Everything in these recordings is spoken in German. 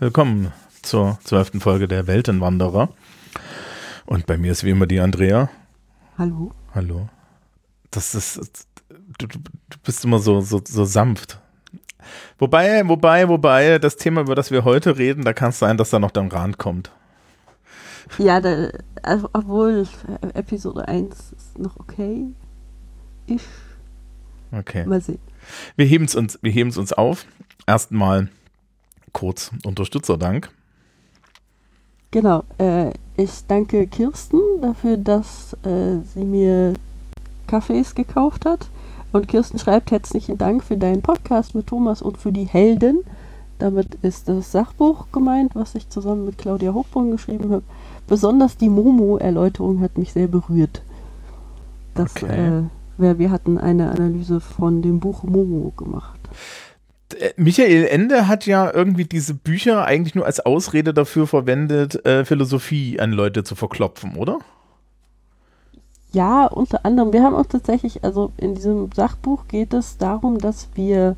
Willkommen zur 12. Folge der Weltenwanderer. Und bei mir ist wie immer die Andrea. Hallo. Hallo. Du bist immer so sanft. Wobei, das Thema, über das wir heute reden, da kann es sein, dass da noch der Rand kommt. Ja, also, obwohl Episode 1 ist noch okay. Okay. Mal sehen. Wir heben es uns auf. Erstmal kurz Unterstützerdank. Genau. Ich danke Kirsten dafür, dass sie mir Kaffees gekauft hat. Und Kirsten schreibt: herzlichen Dank für deinen Podcast mit Thomas und für die Helden. Damit ist das Sachbuch gemeint, was ich zusammen mit Claudia Hochbrunn geschrieben habe. Besonders die Momo-Erläuterung hat mich sehr berührt. Wir hatten eine Analyse von dem Buch Momo gemacht. Michael Ende hat ja irgendwie diese Bücher eigentlich nur als Ausrede dafür verwendet, Philosophie an Leute zu verklopfen, oder? Ja, unter anderem. Wir haben auch tatsächlich, also in diesem Sachbuch geht es darum, dass wir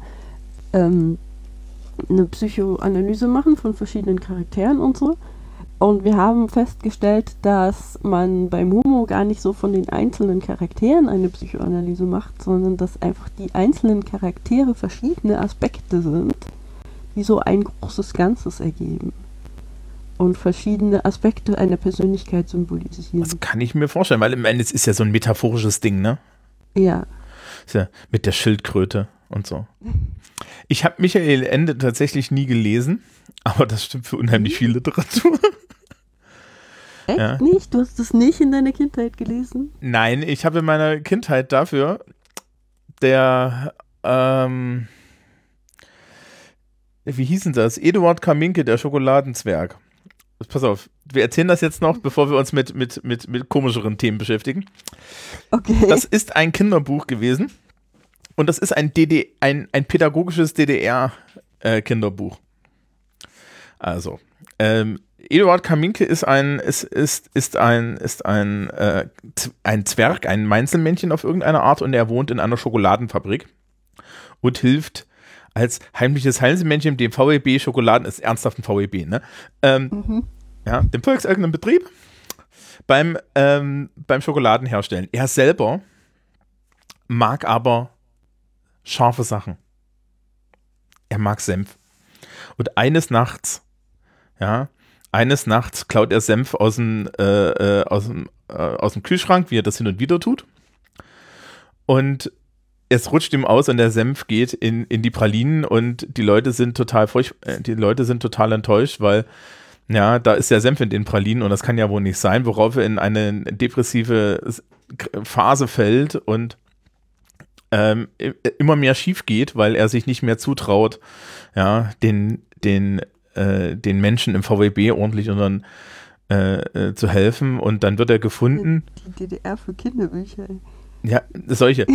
eine Psychoanalyse machen von verschiedenen Charakteren und so. Und wir haben festgestellt, dass man bei Momo gar nicht so von den einzelnen Charakteren eine Psychoanalyse macht, sondern dass einfach die einzelnen Charaktere verschiedene Aspekte sind, die so ein großes Ganzes ergeben. Und verschiedene Aspekte einer Persönlichkeit symbolisieren. Das kann ich mir vorstellen, weil im Ende ist ja so ein metaphorisches Ding, ne? Ja. Ist ja mit der Schildkröte und so. Ich habe Michael Ende tatsächlich nie gelesen, aber das stimmt für unheimlich viel Literatur. Echt ja. Nicht? Du hast es nicht in deiner Kindheit gelesen? Nein, ich habe in meiner Kindheit dafür wie hieß denn das? Eduard Kaminke, der Schokoladenzwerg. Pass auf, wir erzählen das jetzt noch, bevor wir uns mit komischeren Themen beschäftigen. Okay. Das ist ein Kinderbuch gewesen und das ist ein pädagogisches DDR-Kinderbuch. Also, Eduard Kaminke ist ein Zwerg, ein Mainzelmännchen auf irgendeine Art und er wohnt in einer Schokoladenfabrik und hilft als heimliches Heinzelmännchen dem VEB Schokoladen, ist ernsthaft ein VEB, ne? Ja, dem volkseigenen Betrieb beim Schokoladenherstellen. Er selber mag aber scharfe Sachen. Er mag Senf. Und eines Nachts klaut er Senf aus dem Kühlschrank, wie er das hin und wieder tut. Und es rutscht ihm aus und der Senf geht in die Pralinen und die Leute sind total enttäuscht, weil ja, da ist der Senf in den Pralinen und das kann ja wohl nicht sein, worauf er in eine depressive Phase fällt und immer mehr schief geht, weil er sich nicht mehr zutraut, ja, den Menschen im VWB ordentlich zu helfen und dann wird er gefunden. Die DDR für Kinderbücher. Ja, solche.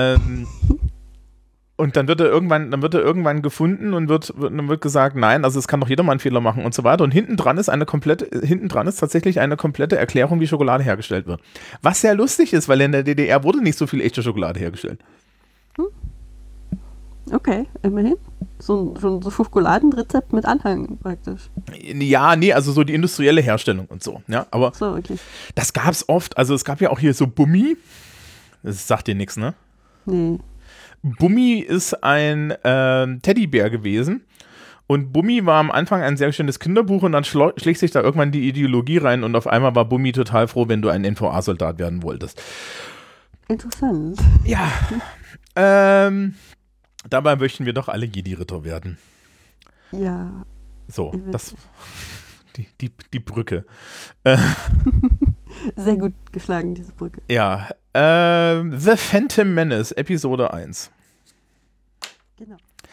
Und dann wird er irgendwann gefunden und dann wird gesagt, nein, also es kann doch jeder mal einen Fehler machen und so weiter. Und hinten dran ist tatsächlich eine komplette Erklärung, wie Schokolade hergestellt wird. Was sehr lustig ist, weil in der DDR wurde nicht so viel echte Schokolade hergestellt. Okay, immerhin. So Schokoladenrezept mit Anhang praktisch. Ja, nee, also so die industrielle Herstellung und so. Ja, aber so, okay. Das gab es oft. Also es gab ja auch hier so Bummi. Das sagt dir nichts, ne? Nee. Bummi ist ein Teddybär gewesen. Und Bummi war am Anfang ein sehr schönes Kinderbuch und dann schlägt sich da irgendwann die Ideologie rein und auf einmal war Bummi total froh, wenn du ein NVA-Soldat werden wolltest. Interessant. Ja. Dabei möchten wir doch alle Jedi-Ritter werden. Ja. So, das die Brücke. Sehr gut geschlagen, diese Brücke. Ja. The Phantom Menace, Episode 1. Genau.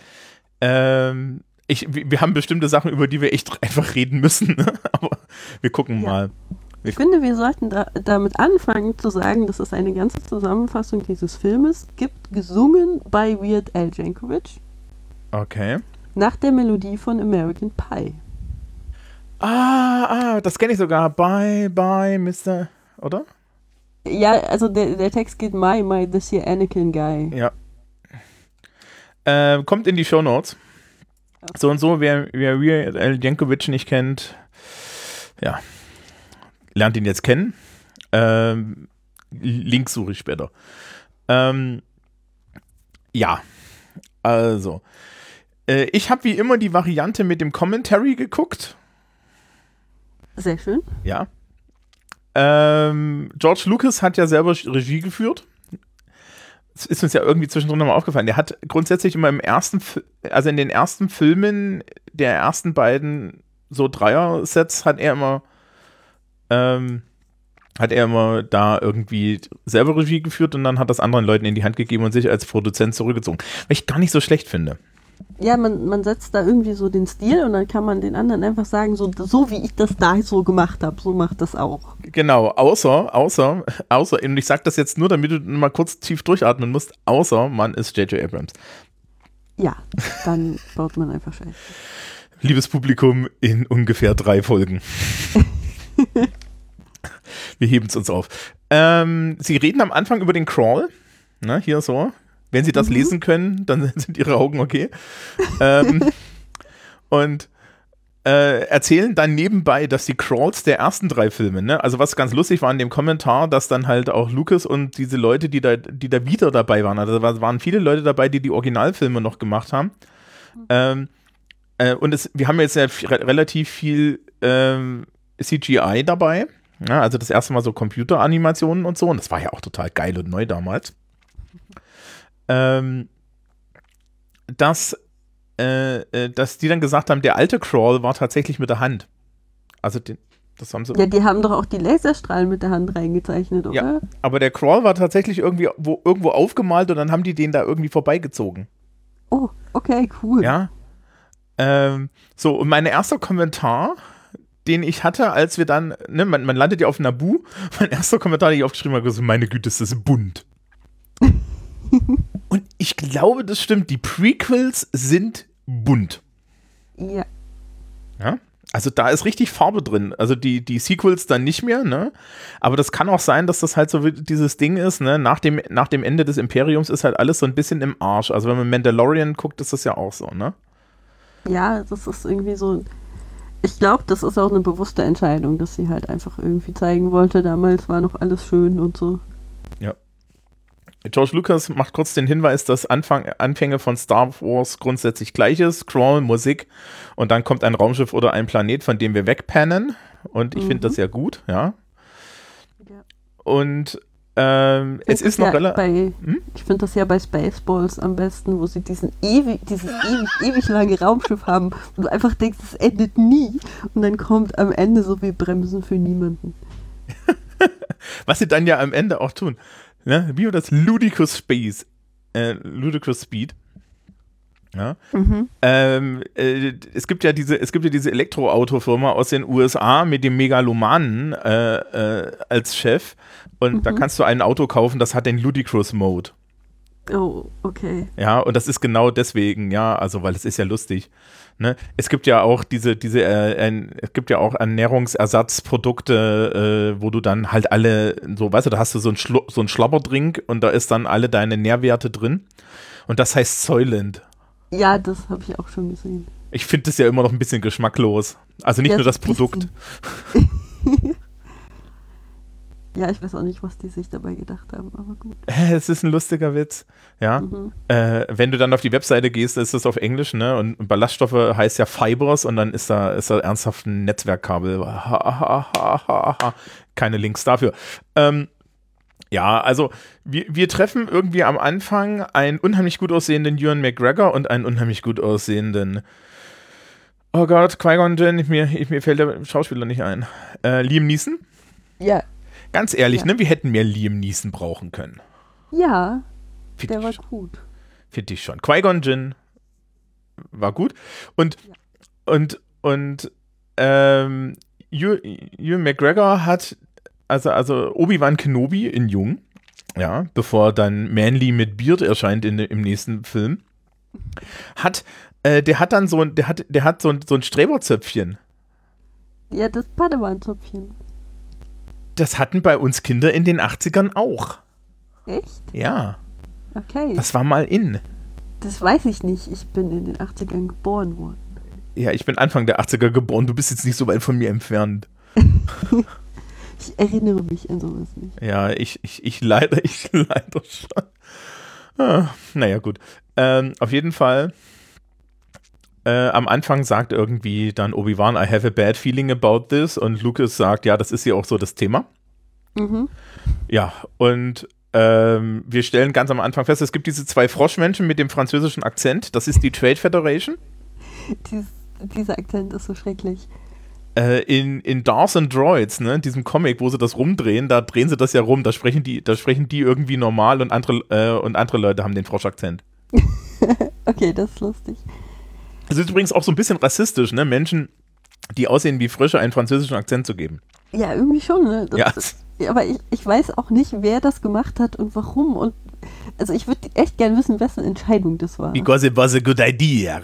Wir haben bestimmte Sachen, über die wir echt einfach reden müssen, ne? Aber wir gucken mal. Ich finde, wir sollten damit anfangen zu sagen, dass es eine ganze Zusammenfassung dieses Filmes gibt, gesungen bei Weird Al Yankovic. Okay. Nach der Melodie von American Pie. Das kenne ich sogar. Bye, bye, Mr. Oder? Ja, also der Text geht My, this here Anakin guy. Ja. Kommt in die Shownotes. So und so, wer Weird Yankovic nicht kennt, ja, lernt ihn jetzt kennen. Link suche ich später. Ja, also. Ich habe wie immer die Variante mit dem Commentary geguckt. Sehr schön. Ja. George Lucas hat ja selber Regie geführt. Das ist uns ja irgendwie zwischendrin nochmal aufgefallen. Der hat grundsätzlich immer in den ersten Filmen der ersten beiden so Dreier-Sets hat er immer da irgendwie selber Regie geführt und dann hat das anderen Leuten in die Hand gegeben und sich als Produzent zurückgezogen. Was ich gar nicht so schlecht finde. Ja, man setzt da irgendwie so den Stil und dann kann man den anderen einfach sagen, so wie ich das da so gemacht habe, so macht das auch. Genau, außer, und ich sag das jetzt nur, damit du mal kurz tief durchatmen musst, außer man ist J.J. Abrams. Ja, dann baut man einfach Scheiße. Liebes Publikum, in ungefähr 3 Folgen. Wir heben es uns auf. Sie reden am Anfang über den Crawl, ne, hier so. Wenn Sie das lesen können, dann sind Ihre Augen okay. Und erzählen dann nebenbei, dass die Crawls der ersten 3 Filme, ne? Also was ganz lustig war in dem Kommentar, dass dann halt auch Lucas und diese Leute, die da wieder dabei waren, also da waren viele Leute dabei, die Originalfilme noch gemacht haben. Und wir haben jetzt ja relativ viel CGI dabei. Ja, also das erste Mal so Computeranimationen und so. Und das war ja auch total geil und neu damals. Dass die dann gesagt haben, der alte Crawl war tatsächlich mit der Hand. Also das haben sie. Ja, die haben doch auch die Laserstrahlen mit der Hand reingezeichnet, oder? Ja, aber der Crawl war tatsächlich irgendwo aufgemalt und dann haben die den da irgendwie vorbeigezogen. Oh, okay, cool. Ja. So, und mein erster Kommentar, den ich hatte, als wir dann, ne, man landet ja auf Naboo, mein erster Kommentar, den ich aufgeschrieben habe, war, meine Güte, ist das bunt. Und ich glaube, das stimmt. Die Prequels sind bunt. Ja. Ja. Also da ist richtig Farbe drin. Also die Sequels dann nicht mehr, ne? Aber das kann auch sein, dass das halt so dieses Ding ist, ne? Nach dem Ende des Imperiums ist halt alles so ein bisschen im Arsch. Also wenn man Mandalorian guckt, ist das ja auch so, ne? Ja, das ist irgendwie so. Ich glaube, das ist auch eine bewusste Entscheidung, dass sie halt einfach irgendwie zeigen wollte, damals war noch alles schön und so. Ja. George Lucas macht kurz den Hinweis, dass Anfänge von Star Wars grundsätzlich gleich ist. Crawl, Musik und dann kommt ein Raumschiff oder ein Planet, von dem wir wegpennen. Und ich finde das ja gut, ja. Und es ist noch relativ. Ich finde das ja bei Spaceballs am besten, wo sie dieses ewig lange Raumschiff haben und du einfach denkst, es endet nie. Und dann kommt am Ende so wie Bremsen für niemanden. Was sie dann ja am Ende auch tun. Ne? Wie das Ludicrous Speed. Ja. Es gibt ja diese Elektroautofirma aus den USA mit dem Megalomanen als Chef und da kannst du ein Auto kaufen, das hat den Ludicrous Mode. Oh, okay. Ja, und das ist genau deswegen, ja, also weil es ist ja lustig. Ne? Es gibt ja auch es gibt ja auch Ernährungsersatzprodukte, wo du dann halt alle, so, weißt du, da hast du so einen Schlabberdrink und da ist dann alle deine Nährwerte drin und das heißt Soylent. Ja, das habe ich auch schon gesehen. Ich finde das ja immer noch ein bisschen geschmacklos. Also nicht nur das Produkt. Ja, ich weiß auch nicht, was die sich dabei gedacht haben, aber gut. Es ist ein lustiger Witz, ja. Wenn du dann auf die Webseite gehst, ist das auf Englisch, ne? Und Ballaststoffe heißt ja Fibers und dann ist da ernsthaft ein Netzwerkkabel. Keine Links dafür. Ja, also wir treffen irgendwie am Anfang einen unheimlich gut aussehenden Ewan McGregor und einen unheimlich gut aussehenden, oh Gott, Qui-Gon Jinn, mir fällt der Schauspieler nicht ein. Liam Neeson? Ja. Ganz ehrlich, ne, wir hätten mehr Liam Neeson brauchen können. Ja, der war gut. Finde ich schon. Qui-Gon Jinn war gut. Und Ewan McGregor hat also Obi-Wan Kenobi in jung, ja, bevor dann Manly mit Beard erscheint im nächsten Film, der hat so ein Streberzöpfchen. Ja, das Padawan-Zöpfchen. Das hatten bei uns Kinder in den 80ern auch. Echt? Ja. Okay. Das war mal in. Das weiß ich nicht. Ich bin in den 80ern geboren worden. Ja, ich bin Anfang der 80er geboren, du bist jetzt nicht so weit von mir entfernt. Ich erinnere mich an sowas nicht. Ja, ich leider schon. Naja, gut. Auf jeden Fall, am Anfang sagt irgendwie dann Obi-Wan, I have a bad feeling about this, und Lucas sagt, ja, das ist ja auch so das Thema. Mhm. Ja, und wir stellen ganz am Anfang fest, es gibt diese 2 Froschmenschen mit dem französischen Akzent, das ist die Trade Federation. Dieser Akzent ist so schrecklich. In Darth and Droids, ne, diesem Comic, wo sie das rumdrehen, da drehen sie das ja rum, da sprechen die irgendwie normal, und andere Leute haben den Froschakzent. Okay, das ist lustig. Das ist übrigens auch so ein bisschen rassistisch, ne, Menschen, die aussehen wie Frösche, einen französischen Akzent zu geben. Ja, irgendwie schon, ne? Ja. Aber ich weiß auch nicht, wer das gemacht hat und warum. Und also ich würde echt gerne wissen, wessen Entscheidung das war. Because it was a good idea.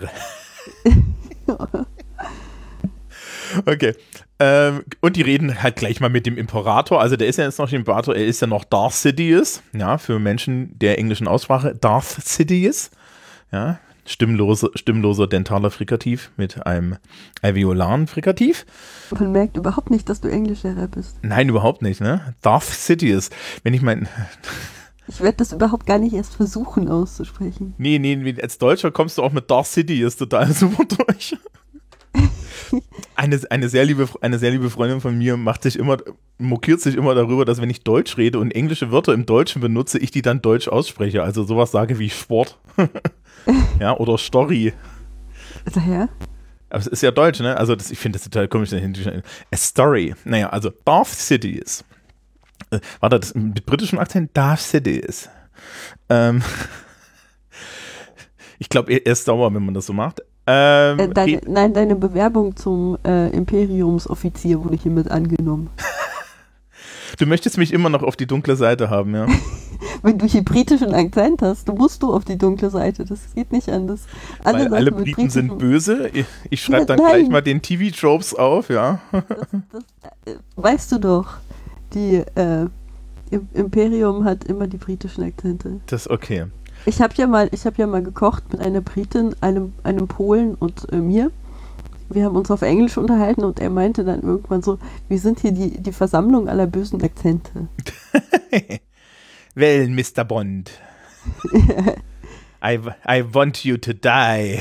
Okay. Und die reden halt gleich mal mit dem Imperator. Also der ist ja jetzt noch Imperator, er ist ja noch Darth Sidious. Ja, für Menschen der englischen Aussprache Darth Sidious. Ja, stimmloser dentaler Frikativ mit einem alveolaren Frikativ. Man merkt überhaupt nicht, dass du Englischlehrer bist. Nein, überhaupt nicht, ne? Darth Sidious. Wenn ich Ich werde das überhaupt gar nicht erst versuchen auszusprechen. Nee, als Deutscher kommst du auch mit Darth Sidious total super durch. Eine sehr liebe Freundin von mir mokiert sich immer darüber, dass wenn ich Deutsch rede und englische Wörter im Deutschen benutze, ich die dann deutsch ausspreche. Also sowas sage wie Sport. Ja, oder Story. Daher? Aber es ist ja deutsch, ne? Also ich finde das total komisch. A Story. Naja, also Darth Sidious. War das mit britischem Akzent? Darth Sidious. Ich glaube, er ist sauer, wenn man das so macht. Deine Bewerbung zum Imperiumsoffizier wurde hiermit angenommen. Du möchtest mich immer noch auf die dunkle Seite haben, ja? Wenn du hier britischen Akzent hast, musst du auf die dunkle Seite. Das geht nicht anders. Weil alle Briten sind böse. Ich schreibe dann gleich mal den TV-Tropes auf, ja? Das weißt du doch. Die Imperium hat immer die britischen Akzente. Das ist okay. Ich habe ja mal gekocht mit einer Britin, einem Polen und mir. Wir haben uns auf Englisch unterhalten und er meinte dann irgendwann so, wir sind hier die Versammlung aller bösen Akzente. Well, Mr. Bond. I want you to die.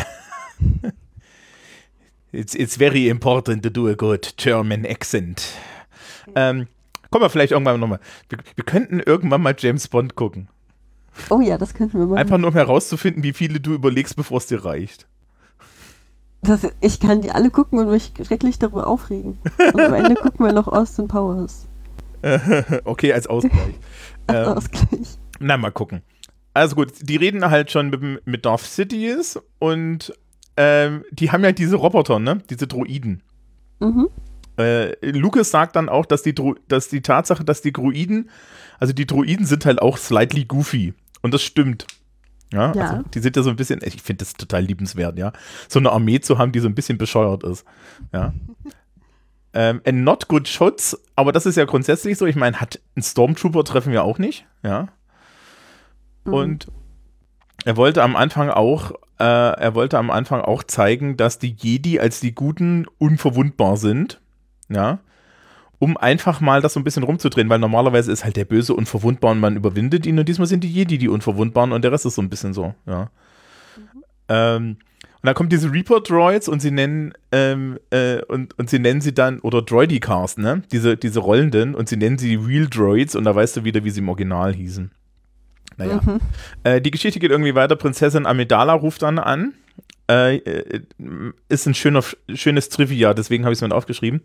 It's very important to do a good German accent. Kommen wir vielleicht irgendwann nochmal. Wir könnten irgendwann mal James Bond gucken. Oh ja, das könnten wir machen. Einfach nur um herauszufinden, wie viele du überlegst, bevor es dir reicht. Ich kann die alle gucken und mich schrecklich darüber aufregen. Und am Ende gucken wir noch Austin Powers. Okay, als Ausgleich. Ausgleich. Na, mal gucken. Also gut, die reden halt schon mit Darth Sidious und die haben ja diese Roboter, ne? Diese Droiden. Mhm. Lucas sagt dann auch, dass die Tatsache, dass die Droiden sind halt auch slightly goofy. Und das stimmt. Ja. Also die sind ja so ein bisschen, ich finde das total liebenswert, ja. So eine Armee zu haben, die so ein bisschen bescheuert ist. Ja. And not good shots, aber das ist ja grundsätzlich so. Ich meine, einen Stormtrooper treffen wir auch nicht, ja. Mhm. Und er wollte am Anfang auch zeigen, dass die Jedi als die Guten unverwundbar sind, ja. Um einfach mal das so ein bisschen rumzudrehen, weil normalerweise ist halt der Böse unverwundbar und man überwindet ihn und diesmal sind die Jedi die Unverwundbaren und der Rest ist so ein bisschen so, ja. Und dann kommt diese Reaper-Droids und sie nennen sie dann, oder Droidicars, ne, diese Rollenden, und sie nennen sie Real Droids und da weißt du wieder, wie sie im Original hießen. Naja. Die Geschichte geht irgendwie weiter, Prinzessin Amidala ruft dann an, ist ein schönes Trivia, deswegen habe ich es mir aufgeschrieben.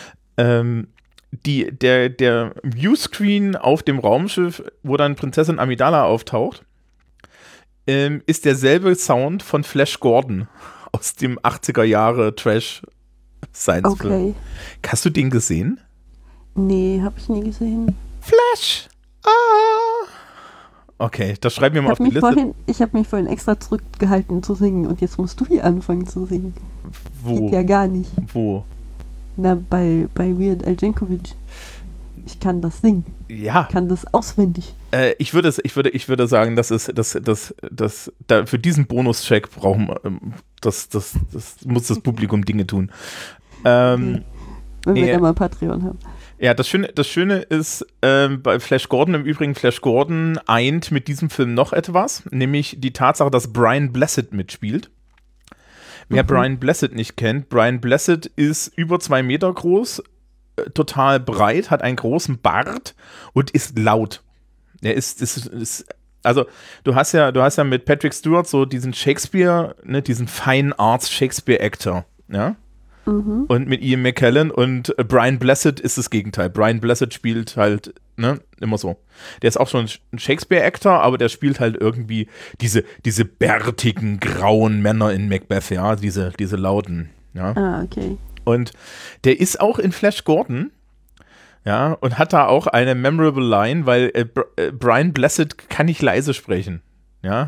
Der Viewscreen auf dem Raumschiff, wo dann Prinzessin Amidala auftaucht, ist derselbe Sound von Flash Gordon aus dem 80er Jahre Trash-Science-Film. Okay. Hast du den gesehen? Nee, habe ich nie gesehen. Flash! Ah! Okay, das schreiben wir mal auf die Liste. Ich habe mich vorhin extra zurückgehalten zu singen und jetzt musst du hier anfangen zu singen. Wo? Geht ja gar nicht. Wo? Na, bei Weird Al Jankovic. Ich kann das singen. Ja. Ich kann das auswendig. Ich würde sagen, für diesen Bonuscheck brauchen das muss das Publikum Dinge tun. Wenn wir da mal Patreon haben. Ja, das Schöne ist, bei Flash Gordon im Übrigen, Flash Gordon eint mit diesem Film noch etwas, nämlich die Tatsache, dass Brian Blessed mitspielt. Wer Brian Blessed nicht kennt, Brian Blessed ist über 2 Meter groß, total breit, hat einen großen Bart und ist laut. Er also du hast ja mit Patrick Stewart so diesen Shakespeare, ne, diesen Fine Arts Shakespeare Actor, ja? Und mit Ian McKellen und Brian Blessed ist das Gegenteil. Brian Blessed spielt halt, ne, immer so. Der ist auch schon ein Shakespeare-Actor, aber der spielt halt irgendwie diese bärtigen, grauen Männer in Macbeth, ja, diese lauten, ja. Ah, okay. Und der ist auch in Flash Gordon, ja, und hat da auch eine memorable Line, weil Brian Blessed kann nicht leise sprechen, ja.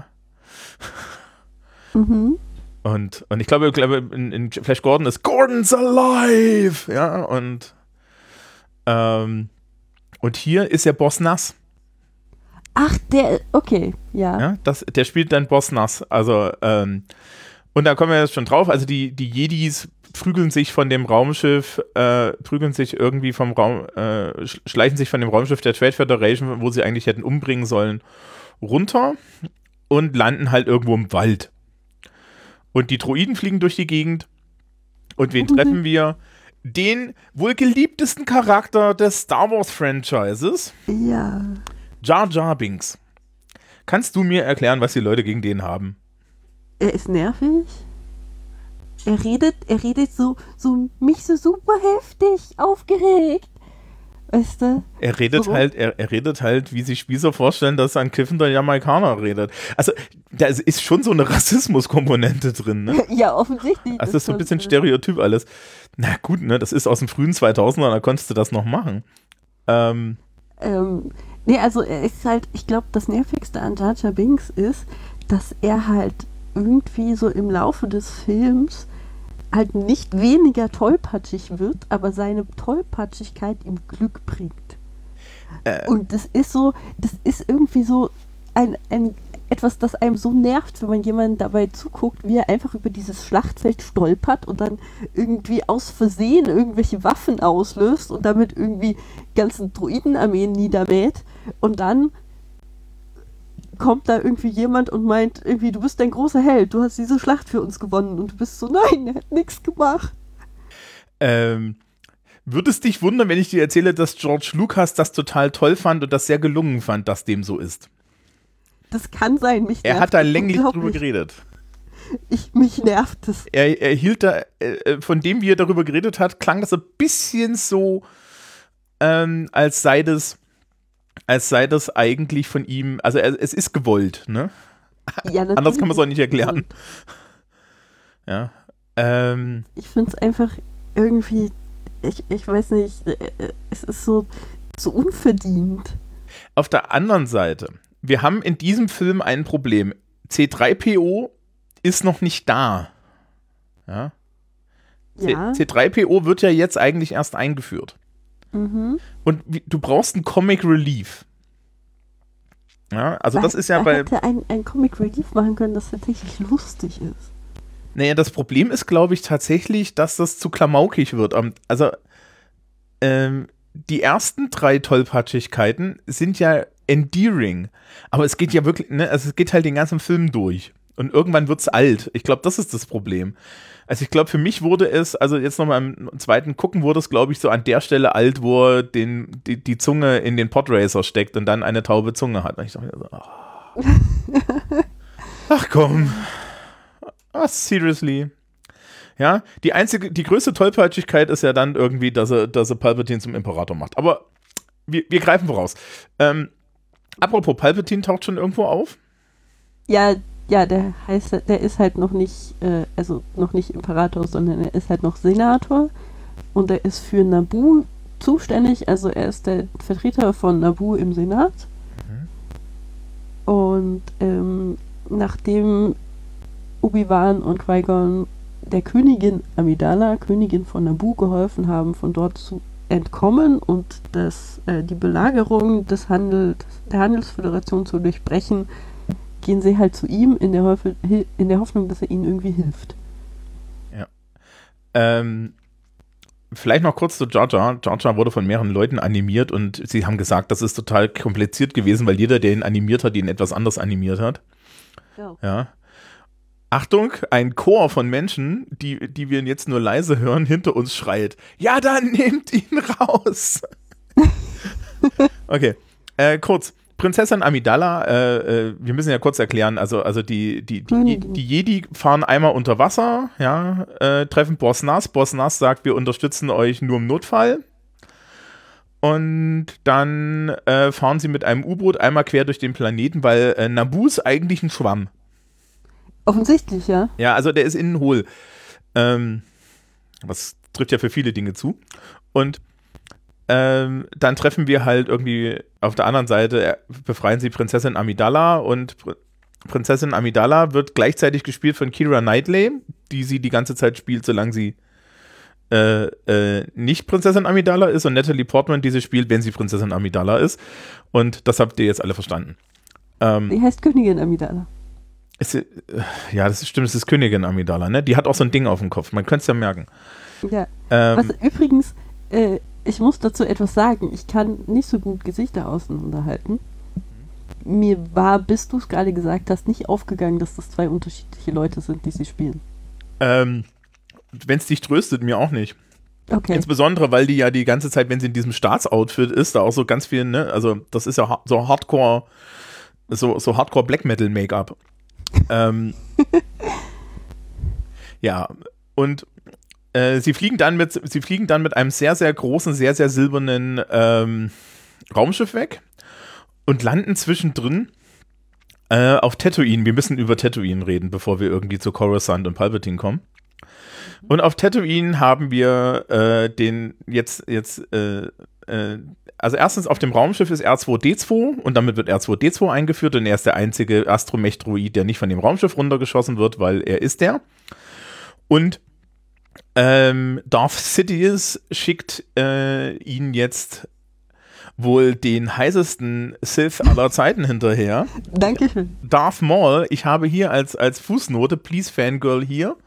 Und ich glaube in Flash Gordon ist Gordon's alive, ja, und hier ist der Boss Nass. Ach, okay, ja. Der spielt dann Boss Nass, also, und da kommen wir jetzt schon drauf, also die Jedis schleichen sich von dem Raumschiff der Trade Federation, wo sie eigentlich hätten umbringen sollen, runter und landen halt irgendwo im Wald. Und die Droiden fliegen durch die Gegend. Und wen treffen wir? Den wohl geliebtesten Charakter des Star Wars Franchises. Ja. Jar Jar Binks. Kannst du mir erklären, was die Leute gegen den haben? Er ist nervig. Er redet so mich so super heftig aufgeregt. Weißt du? Er redet halt, wie sich Spießer vorstellen, dass ein kiffender Jamaikaner redet. Also, da ist schon so eine Rassismuskomponente drin, ne? Ja, offensichtlich. Also, das ist so ein bisschen Stereotyp alles. Na gut, ne, das ist aus dem frühen 2000er, da konntest du das noch machen. Nee, also er ist halt, ich glaube, das Nervigste an Jar Jar Binks ist, dass er halt irgendwie so im Laufe des Films halt nicht weniger tollpatschig wird, aber seine Tollpatschigkeit ihm Glück bringt. Und das ist irgendwie so ein etwas, das einem so nervt, wenn man jemanden dabei zuguckt, wie er einfach über dieses Schlachtfeld stolpert und dann irgendwie aus Versehen irgendwelche Waffen auslöst und damit irgendwie ganzen Droidenarmeen niedermäht und dann kommt da irgendwie jemand und meint irgendwie, du bist ein großer Held, du hast diese Schlacht für uns gewonnen und du bist so, nein, er hat nichts gemacht. Würde es dich wundern, wenn ich dir erzähle, dass George Lucas das total toll fand und das sehr gelungen fand, dass dem so ist? Das kann sein. Er hat da länglich drüber geredet. Mich nervt es. Er hielt da, von dem, wie er darüber geredet hat, klang das ein bisschen so, als sei das eigentlich von ihm, also es ist gewollt, ne? Ja, anders kann man es auch nicht erklären. Ja. Ich finde es einfach irgendwie, ich weiß nicht, es ist so unverdient. Auf der anderen Seite, wir haben in diesem Film ein Problem. C3PO ist noch nicht da. Ja. Ja. C3PO wird ja jetzt eigentlich erst eingeführt. Mhm. Und du brauchst einen Comic Relief. Ja, also das ist ja bei... hätte ein Comic Relief machen können, das tatsächlich lustig ist. Naja, das Problem ist, glaube ich, tatsächlich, dass das zu klamaukig wird. Also, die ersten 3 Tollpatschigkeiten sind ja endearing. Aber es geht ja wirklich, ne, also es geht halt den ganzen Film durch. Und irgendwann wird es alt. Ich glaube, das ist das Problem. Also ich glaube, für mich wurde es, also jetzt nochmal im zweiten Gucken, wurde es, glaube ich, so an der Stelle alt, wo er die Zunge in den Podracer steckt und dann eine taube Zunge hat. Und ich dachte so, ach komm. Seriously. Ja, die größte Tollpatschigkeit ist ja dann irgendwie, dass er Palpatine zum Imperator macht. Aber wir greifen voraus. Apropos, Palpatine taucht schon irgendwo auf? Ja, der ist halt noch nicht, also noch nicht Imperator, sondern er ist halt noch Senator und er ist für Naboo zuständig, also er ist der Vertreter von Naboo im Senat. Und nachdem Obi-Wan und Qui-Gon der Königin Amidala, Königin von Naboo, geholfen haben, von dort entkommen und die Belagerung der Handelsföderation zu durchbrechen, gehen sie halt zu ihm in der Hoffnung, dass er ihnen irgendwie hilft. Ja. Vielleicht noch kurz zu Jar Jar. Jar Jar wurde von mehreren Leuten animiert und sie haben gesagt, das ist total kompliziert gewesen, weil jeder, der ihn animiert hat, ihn etwas anders animiert hat. Ja. Achtung, ein Chor von Menschen, die wir jetzt nur leise hören, hinter uns schreit: Ja, dann nehmt ihn raus! Okay, kurz. Prinzessin Amidala, wir müssen ja kurz erklären, also die Jedi fahren einmal unter Wasser, ja, treffen Boss Nass. Boss Nass sagt, wir unterstützen euch nur im Notfall. Und dann fahren sie mit einem U-Boot einmal quer durch den Planeten, weil Naboo ist eigentlich ein Schwamm. Offensichtlich, ja. Ja, also der ist innen hohl. Was trifft ja für viele Dinge zu. Und dann treffen wir halt irgendwie auf der anderen Seite, befreien sie Prinzessin Amidala und Prinzessin Amidala wird gleichzeitig gespielt von Keira Knightley, die sie die ganze Zeit spielt, solange sie nicht Prinzessin Amidala ist, und Natalie Portman, die sie spielt, wenn sie Prinzessin Amidala ist. Und das habt ihr jetzt alle verstanden. Die heißt Königin Amidala. Ja, das stimmt, es ist Königin Amidala, ne? Die hat auch so ein Ding auf dem Kopf, man könnte es ja merken. Ja, was übrigens, ich muss dazu etwas sagen, ich kann nicht so gut Gesichter auseinanderhalten. Mir war, bis du es gerade gesagt hast, nicht aufgegangen, dass das zwei unterschiedliche Leute sind, die sie spielen. Wenn es dich tröstet, mir auch nicht. Okay. Insbesondere, weil die ja die ganze Zeit, wenn sie in diesem Staatsoutfit ist, da auch so ganz viel, ne, also das ist ja so Hardcore, so Hardcore Black Metal Make-up. Ja, und sie fliegen dann mit einem sehr, sehr großen, sehr, sehr silbernen Raumschiff weg und landen zwischendrin auf Tatooine. Wir müssen über Tatooine reden, bevor wir irgendwie zu Coruscant und Palpatine kommen. Und auf Tatooine haben wir also erstens auf dem Raumschiff ist R2-D2 und damit wird R2-D2 eingeführt und er ist der einzige Astromech-Droid, der nicht von dem Raumschiff runtergeschossen wird, weil er ist der. Und Darth Sidious schickt ihn jetzt wohl den heißesten Sith aller Zeiten hinterher. Dankeschön. Darth Maul, ich habe hier als Fußnote, please Fangirl hier.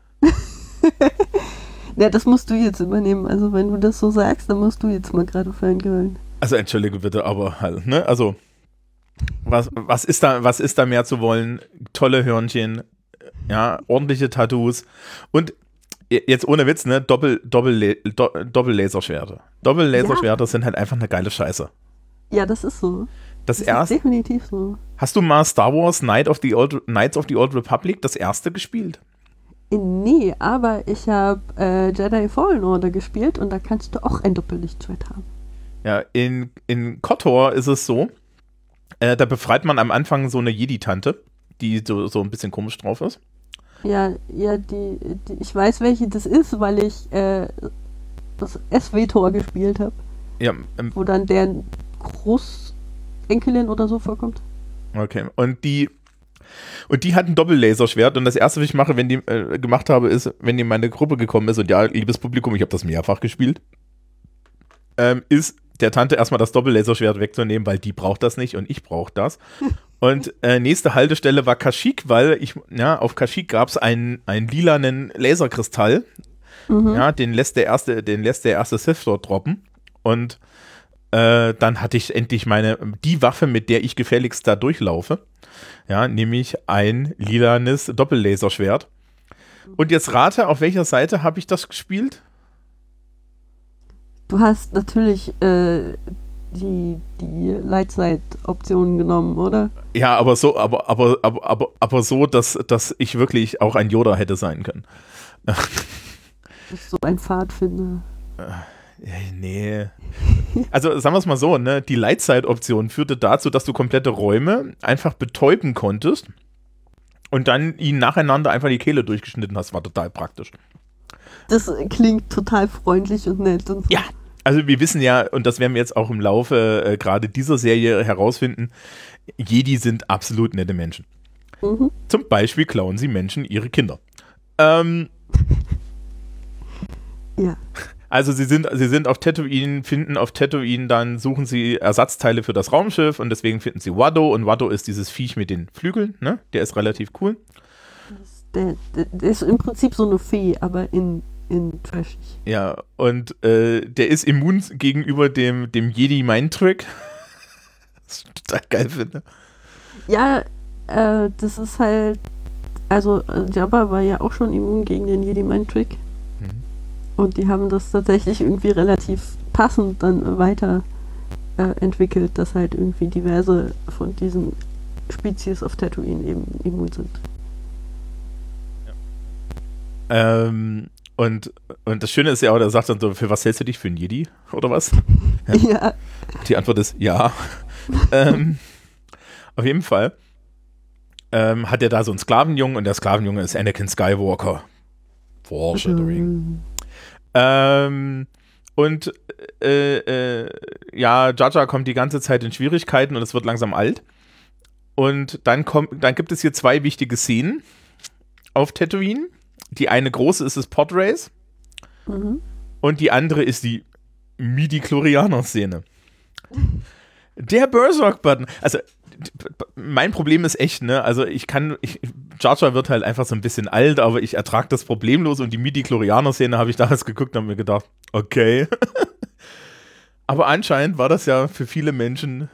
Ja, das musst du jetzt übernehmen. Also wenn du das so sagst, dann musst du jetzt mal gerade fangirlen. Also entschuldige bitte, aber halt, ne? Also was ist da mehr zu wollen? Tolle Hörnchen, ja, ordentliche Tattoos und jetzt ohne Witz, ne? Doppel-Laserschwerter. Doppel-Laserschwerter sind halt einfach eine geile Scheiße. Ja, das ist so. Das ist definitiv so. Hast du mal Star Wars Knights of the Old Republic, das erste, gespielt? Nee, aber ich habe Jedi Fallen Order gespielt und da kannst du auch ein Doppellichtschwert haben. Ja, in KOTOR ist es so, da befreit man am Anfang so eine Jedi-Tante, die so ein bisschen komisch drauf ist. Ja, die ich weiß, welche das ist, weil ich das SW-Tor gespielt habe. Ja, wo dann deren Großenkelin oder so vorkommt. Okay, und die hat ein Doppel-Laserschwert und das erste, was ich mache, gemacht habe, ist, wenn die in meine Gruppe gekommen ist, und ja, liebes Publikum, ich habe das mehrfach gespielt, ist der Tante erstmal das Doppel-Laserschwert wegzunehmen, weil die braucht das nicht und ich brauche das. Und nächste Haltestelle war Kashyyyk, weil auf Kashyyyk gab es einen lilanen Laserkristall. Mhm. Ja, den lässt der erste Sith dort droppen. Und dann hatte ich endlich die Waffe, mit der ich gefährlichst da durchlaufe. Ja, nämlich ein lilanes Doppellaserschwert. Und jetzt rate, auf welcher Seite habe ich das gespielt? Du hast natürlich die Lightside-Optionen genommen, oder? Ja, aber so, dass ich wirklich auch ein Yoda hätte sein können. Du bist so ein Pfadfinder. Nee. Also sagen wir es mal so, ne? Die Lightside-Option führte dazu, dass du komplette Räume einfach betäuben konntest und dann ihnen nacheinander einfach die Kehle durchgeschnitten hast. War total praktisch. Das klingt total freundlich und nett. Und so. Ja, also wir wissen ja, und das werden wir jetzt auch im Laufe gerade dieser Serie herausfinden, Jedi sind absolut nette Menschen. Mhm. Zum Beispiel klauen sie Menschen ihre Kinder. Ja. Also sie sind auf Tatooine, finden auf Tatooine, dann suchen sie Ersatzteile für das Raumschiff und deswegen finden sie Watto und Watto ist dieses Viech mit den Flügeln, ne? Der ist relativ cool. Der ist im Prinzip so eine Fee, aber in trashig. Ja, und der ist immun gegenüber dem Jedi Mind Trick. Was ich total geil finde. Ja, das ist halt, also Jabba war ja auch schon immun gegen den Jedi Mind Trick. Und die haben das tatsächlich irgendwie relativ passend dann weiter entwickelt, dass halt irgendwie diverse von diesen Spezies auf Tatooine eben immun sind. Ja. Und das Schöne ist ja auch, der sagt dann so, für was hältst du dich, für einen Jedi oder was? Ja. Die Antwort ist ja. Auf jeden Fall hat er da so einen Sklavenjungen und der Sklavenjunge ist Anakin Skywalker. Foreshadowing. Ja, Jar Jar kommt die ganze Zeit in Schwierigkeiten und es wird langsam alt. Und dann gibt es hier 2 wichtige Szenen auf Tatooine. Die eine große ist das Podrace und die andere ist die Midi-Chlorianer-Szene. Der Berserk-Button, also mein Problem ist echt, ne, also Jar Jar wird halt einfach so ein bisschen alt, aber ich ertrage das problemlos und die Midi-Chlorianer-Szene habe ich damals geguckt und habe mir gedacht, okay. Aber anscheinend war das ja für viele Menschen.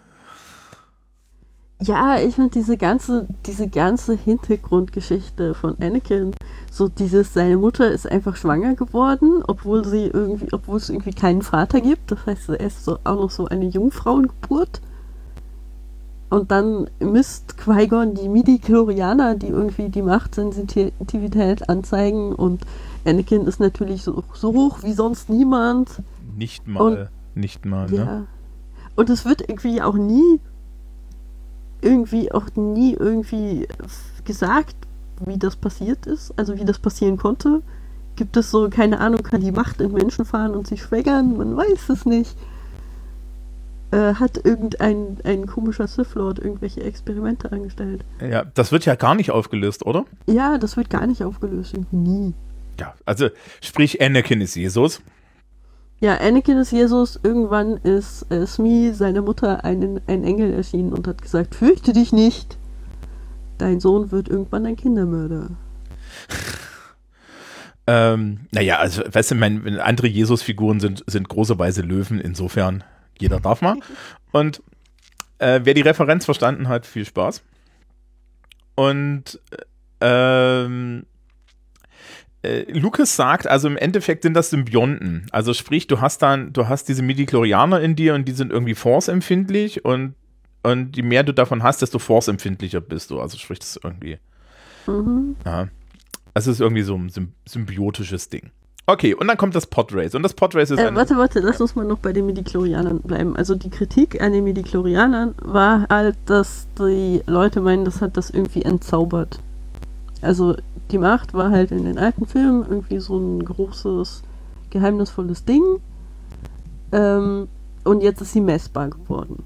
Ja, ich finde diese ganze Hintergrundgeschichte von Anakin, so seine Mutter ist einfach schwanger geworden, obwohl es irgendwie keinen Vater gibt, das heißt, er ist auch noch so eine Jungfrauengeburt. Und dann misst Qui-Gon die Midi-Chlorianer, die irgendwie die Machtsensitivität anzeigen und Anakin ist natürlich so hoch wie sonst niemand. Nicht mal, ja. Ne? Und es wird irgendwie auch nie gesagt, wie das passiert ist, also wie das passieren konnte. Gibt es so, keine Ahnung, kann die Macht in Menschen fahren und sie schwängern? Man weiß es nicht. Hat ein komischer Sith Lord irgendwelche Experimente angestellt? Ja, das wird ja gar nicht aufgelöst, oder? Ja, das wird gar nicht aufgelöst, nie. Ja, also sprich Anakin ist Jesus. Ja, Anakin ist Jesus. Irgendwann ist Smee, seine Mutter, ein Engel erschienen und hat gesagt, fürchte dich nicht. Dein Sohn wird irgendwann ein Kindermörder. Naja, also, weißt du, andere Jesus-Figuren sind große weiße Löwen, insofern jeder darf mal. Und wer die Referenz verstanden hat, viel Spaß. Und Lucas sagt, also im Endeffekt sind das Symbionten. Also sprich, du hast diese Midi-Chlorianer in dir und die sind irgendwie Force-empfindlich und je mehr du davon hast, desto Force-empfindlicher bist du. Also sprich, das ist irgendwie ja, es ist irgendwie so ein symbiotisches Ding. Okay, und dann kommt das Podrace. Und das Podrace ist warte, lass uns mal noch bei den Midi-Chlorianern bleiben. Also die Kritik an den Midi-Chlorianern war halt, dass die Leute meinen, das hat das irgendwie entzaubert. Also die Macht war halt in den alten Filmen irgendwie so ein großes, geheimnisvolles Ding. Und jetzt ist sie messbar geworden.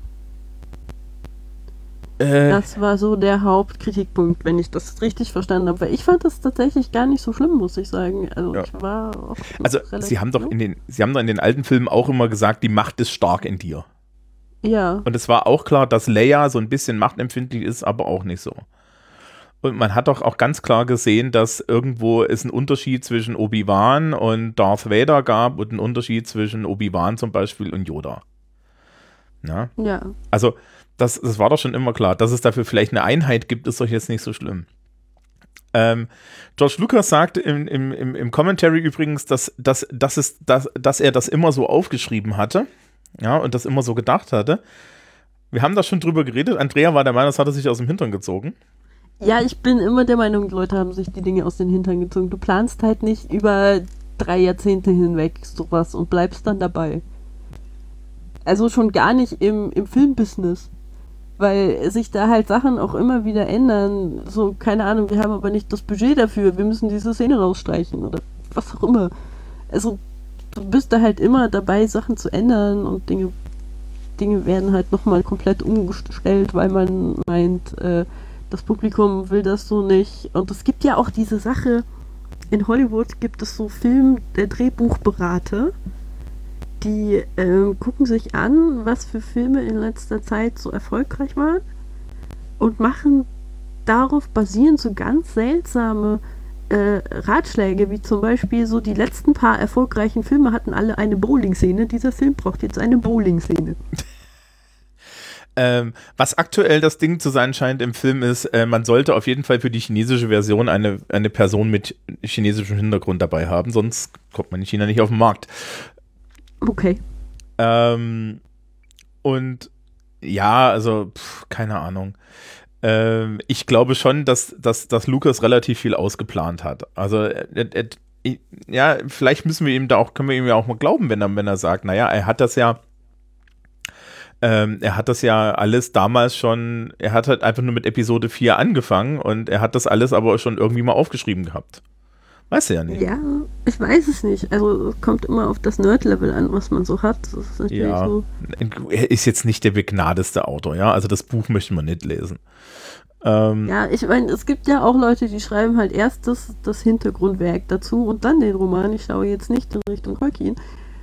Das war so der Hauptkritikpunkt, wenn ich das richtig verstanden habe. Weil ich fand das tatsächlich gar nicht so schlimm, muss ich sagen. Also ich war auch sie haben doch in den alten Filmen auch immer gesagt, die Macht ist stark in dir. Ja. Und es war auch klar, dass Leia so ein bisschen machtempfindlich ist, aber auch nicht so. Und man hat doch auch ganz klar gesehen, dass irgendwo es einen Unterschied zwischen Obi-Wan und Darth Vader gab und einen Unterschied zwischen Obi-Wan zum Beispiel und Yoda. Ja. Also das war doch schon immer klar. Dass es dafür vielleicht eine Einheit gibt, ist doch jetzt nicht so schlimm. George Lucas sagt im Commentary übrigens, dass er das immer so aufgeschrieben hatte, ja, und das immer so gedacht hatte. Wir haben da schon drüber geredet. Andrea war der Meinung, das hat er sich aus dem Hintern gezogen. Ja, ich bin immer der Meinung, die Leute haben sich die Dinge aus den Hintern gezogen. Du planst halt nicht über 3 Jahrzehnte hinweg sowas und bleibst dann dabei. Also schon gar nicht im Filmbusiness. Weil sich da halt Sachen auch immer wieder ändern. So, keine Ahnung, wir haben aber nicht das Budget dafür, wir müssen diese Szene rausstreichen oder was auch immer. Also, du bist da halt immer dabei, Sachen zu ändern und Dinge werden halt nochmal komplett umgestellt, weil man meint, das Publikum will das so nicht. Und es gibt ja auch diese Sache, in Hollywood gibt es so Drehbuchberater, die gucken sich an, was für Filme in letzter Zeit so erfolgreich waren und machen darauf basierend so ganz seltsame Ratschläge, wie zum Beispiel so die letzten paar erfolgreichen Filme hatten alle eine Bowling-Szene. Dieser Film braucht jetzt eine Bowling-Szene. Was aktuell das Ding zu sein scheint im Film ist, man sollte auf jeden Fall für die chinesische Version eine Person mit chinesischem Hintergrund dabei haben, sonst kommt man in China nicht auf den Markt. Okay. Und ja, also keine Ahnung. Ich glaube schon, dass Lucas relativ viel ausgeplant hat. Also ja, vielleicht können wir ihm ja auch mal glauben, wenn er sagt, naja, er hat das ja alles damals schon, er hat halt einfach nur mit Episode 4 angefangen und er hat das alles aber schon irgendwie mal aufgeschrieben gehabt. Weißt du ja nicht. Ja, ich weiß es nicht. Also es kommt immer auf das Nerd-Level an, was man so hat. Das ist natürlich so. Er ist jetzt nicht der begnadeste Autor, ja, also das Buch möchte man nicht lesen. Ja, ich meine, es gibt ja auch Leute, die schreiben halt erst das Hintergrundwerk dazu und dann den Roman. Ich schaue jetzt nicht in Richtung Tolkien.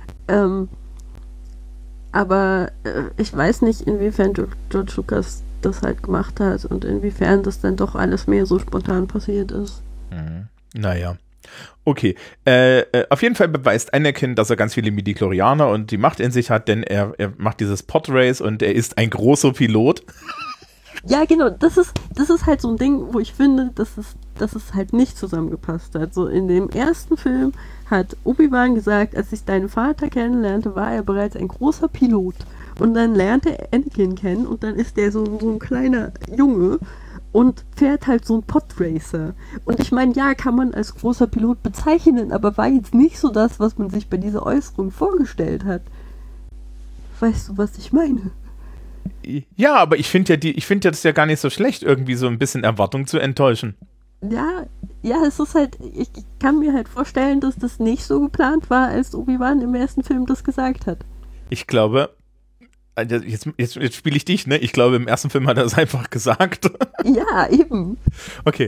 Aber ich weiß nicht, inwiefern George Lucas das halt gemacht hat und inwiefern das dann doch alles mehr so spontan passiert ist. Naja. Okay. Auf jeden Fall beweist Anakin, dass er ganz viele Midichlorianer und die Macht in sich hat, denn er macht dieses Podrace und er ist ein großer Pilot. Ja, genau, das ist halt so ein Ding, wo ich finde, dass es halt nicht zusammengepasst hat. So in dem ersten Film hat Obi-Wan gesagt, als ich deinen Vater kennenlernte, war er bereits ein großer Pilot. Und dann lernte er Anakin kennen und dann ist der so ein kleiner Junge und fährt halt so ein Podracer. Und ich meine, ja, kann man als großer Pilot bezeichnen, aber war jetzt nicht so das, was man sich bei dieser Äußerung vorgestellt hat. Weißt du, was ich meine? Ja, aber ich finde das ja gar nicht so schlecht, irgendwie so ein bisschen Erwartung zu enttäuschen. Ja, es ist halt, ich kann mir halt vorstellen, dass das nicht so geplant war, als Obi-Wan im ersten Film das gesagt hat. Ich glaube, jetzt spiele ich dich, ne? Ich glaube, im ersten Film hat er es einfach gesagt. Ja, eben. Okay,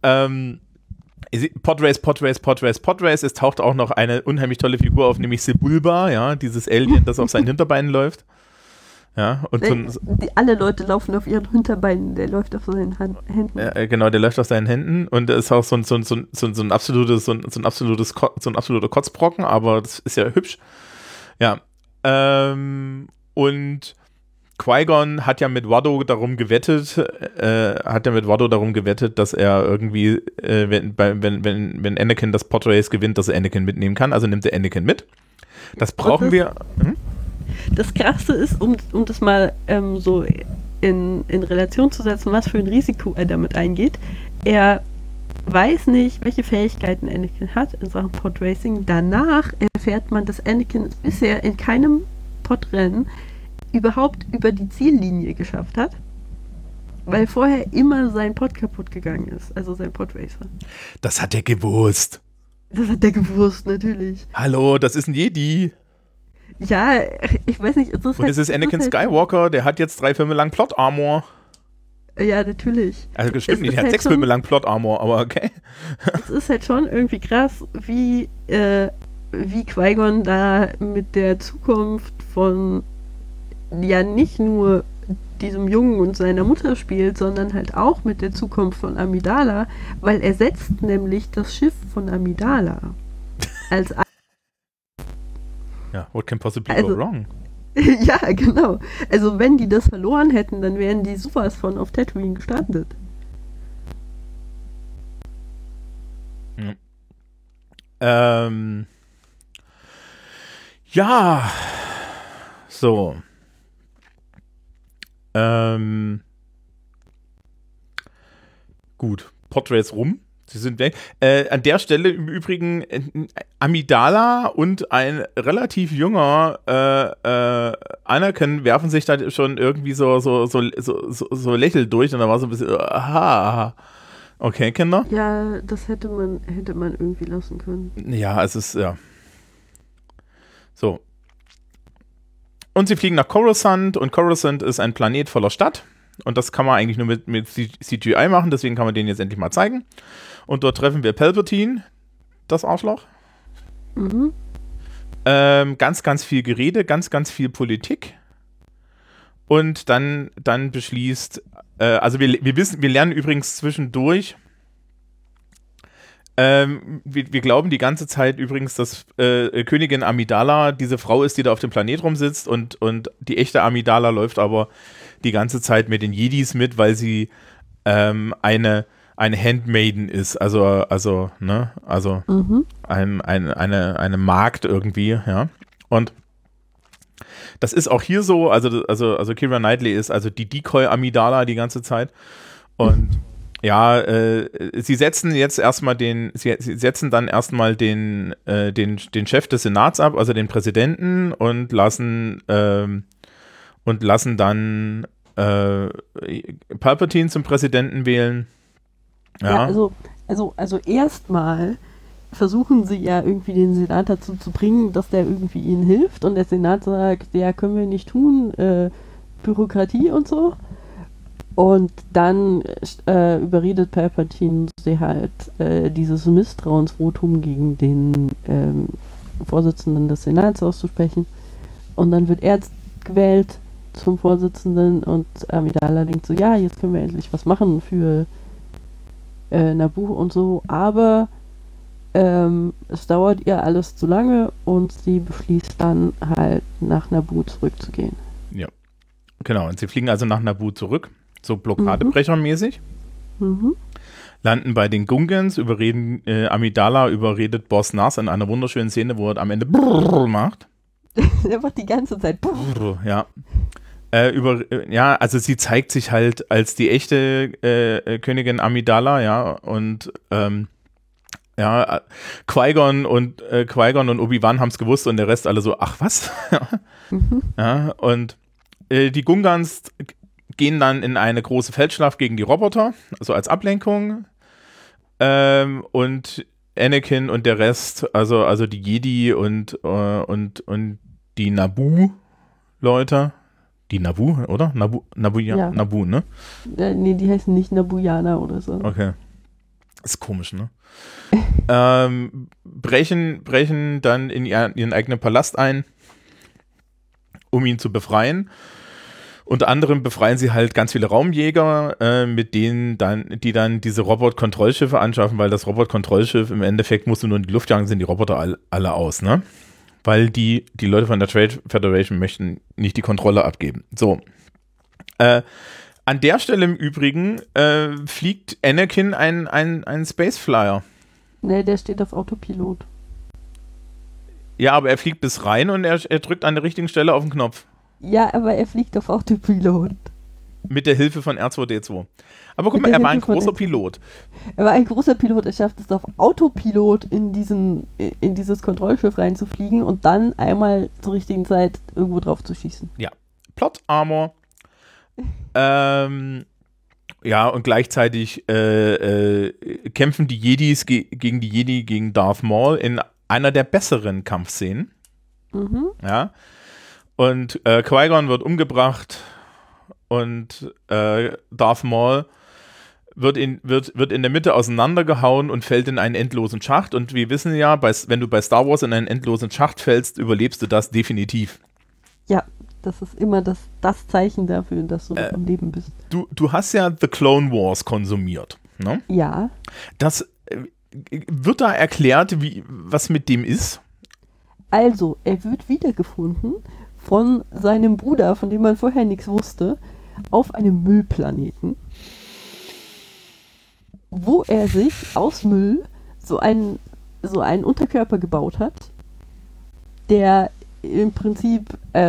Podrace, es taucht auch noch eine unheimlich tolle Figur auf, nämlich Sebulba, ja, dieses Alien, das auf seinen Hinterbeinen läuft. Ja, und alle Leute laufen auf ihren Hinterbeinen, der läuft auf seinen Händen. Genau, der läuft auf seinen Händen und er ist auch so ein absoluter Kotzbrocken, aber das ist ja hübsch. Ja, und Qui-Gon hat ja mit Watto darum gewettet, dass er irgendwie, wenn Anakin das Podrace gewinnt, dass er Anakin mitnehmen kann, also nimmt er Anakin mit. Das brauchen wir. Das Krasse ist, um das mal so in Relation zu setzen, was für ein Risiko er damit eingeht. Er weiß nicht, welche Fähigkeiten Anakin hat in Sachen Podracing. Danach erfährt man, dass Anakin bisher in keinem Podrennen überhaupt über die Ziellinie geschafft hat, weil vorher immer sein Pod kaputt gegangen ist, also sein Podracer. Das hat er gewusst. Das hat er gewusst, natürlich. Hallo, das ist ein Jedi. Ja, ich weiß nicht. Und es ist Anakin Skywalker, der hat jetzt 3 Filme lang Plot-Armor. Ja, natürlich. Also stimmt nicht, er hat 6 Filme lang Plot-Armor, aber okay. Es ist halt schon irgendwie krass, wie Qui-Gon da mit der Zukunft von ja nicht nur diesem Jungen und seiner Mutter spielt, sondern halt auch mit der Zukunft von Amidala, weil er setzt nämlich das Schiff von Amidala als ja, what can possibly go wrong? Ja, genau. Also wenn die das verloren hätten, dann wären die sowas von auf Tatooine gestrandet. Ja. So. Gut. Podrace rum. Sie sind weg. An der Stelle im Übrigen Amidala und ein relativ junger Anakin werfen sich da schon irgendwie so Lächel durch und da war so ein bisschen aha. Okay, Kinder? Ja, das hätte man irgendwie lassen können. Ja, es ist, ja. So. Und sie fliegen nach Coruscant und Coruscant ist ein Planet voller Stadt. Und das kann man eigentlich nur mit CGI machen, deswegen kann man den jetzt endlich mal zeigen. Und dort treffen wir Palpatine, das Arschloch. Mhm. Ganz, ganz viel Gerede, ganz, ganz viel Politik. Und dann beschließt, also wir lernen übrigens zwischendurch, wir glauben die ganze Zeit übrigens, dass Königin Amidala diese Frau ist, die da auf dem Planet rumsitzt und die echte Amidala läuft aber die ganze Zeit mit den Jedis mit, weil sie eine Handmaiden ist, also eine Magd irgendwie, ja. Und das ist auch hier so, also Keira Knightley ist also die Decoy Amidala die ganze Zeit. Und ja, sie setzen dann erstmal den Chef des Senats ab, also den Präsidenten, und lassen dann Palpatine zum Präsidenten wählen. Ja, also erstmal versuchen sie ja irgendwie den Senat dazu zu bringen, dass der irgendwie ihnen hilft, und der Senat sagt, ja, können wir nicht tun, Bürokratie und so. Und dann überredet Palpatine sie halt, dieses Misstrauensvotum gegen den Vorsitzenden des Senats auszusprechen. Und dann wird er gewählt zum Vorsitzenden, und Amidala denkt so, ja, jetzt können wir endlich was machen für Naboo und so, aber es dauert ihr alles zu lange, und sie beschließt dann halt nach Naboo zurückzugehen. Ja, genau. Und sie fliegen also nach Naboo zurück, so Blockadebrechermäßig. Landen bei den Gungans, Amidala überredet Boss Nass in einer wunderschönen Szene, wo er am Ende macht. Er macht die ganze Zeit ja. Also sie zeigt sich halt als die echte Königin Amidala, ja, und Qui-Gon und Obi-Wan haben es gewusst, und der Rest alle so, ach was? Ja, und die Gungans gehen dann in eine große Feldschlacht gegen die Roboter, also als Ablenkung, und Anakin und der Rest, also die Jedi und die Naboo-Leute, die Naboo, oder? Ja. Naboo, ne? Nee, die heißen nicht Nabooianer oder so. Okay. Ist komisch, ne? Brechen dann in ihren eigenen Palast ein, um ihn zu befreien. Unter anderem befreien sie halt ganz viele Raumjäger, mit denen die dann diese Robot-Kontrollschiffe anschaffen, weil das Robot-Kontrollschiff im Endeffekt musst du nur in die Luft jagen, sind die Roboter alle aus, ne? Weil die Leute von der Trade Federation möchten nicht die Kontrolle abgeben. So. An der Stelle im Übrigen fliegt Anakin ein Spaceflyer. Ne, der steht auf Autopilot. Ja, aber er fliegt bis rein und er drückt an der richtigen Stelle auf den Knopf. Ja, aber er fliegt auf Autopilot. Mit der Hilfe von R2D2. Aber guck mal, er war ein großer Pilot. Er war ein großer Pilot, er schafft es auf Autopilot in dieses Kontrollschiff reinzufliegen und dann einmal zur richtigen Zeit irgendwo drauf zu schießen. Ja. Plot Armor. Ja, und gleichzeitig kämpfen die Jedis gegen die Jedi gegen Darth Maul in einer der besseren Kampfszenen. Ja. Und Qui-Gon wird umgebracht und Darth Maul wird in der Mitte auseinandergehauen und fällt in einen endlosen Schacht. Und wir wissen ja, wenn du bei Star Wars in einen endlosen Schacht fällst, überlebst du das definitiv. Ja, das ist immer das Zeichen dafür, dass du noch am Leben bist. Du hast ja The Clone Wars konsumiert, ne? Ja. Das wird da erklärt, was mit dem ist? Also, er wird wiedergefunden von seinem Bruder, von dem man vorher nichts wusste, auf einem Müllplaneten, wo er sich aus Müll so einen Unterkörper gebaut hat, der im Prinzip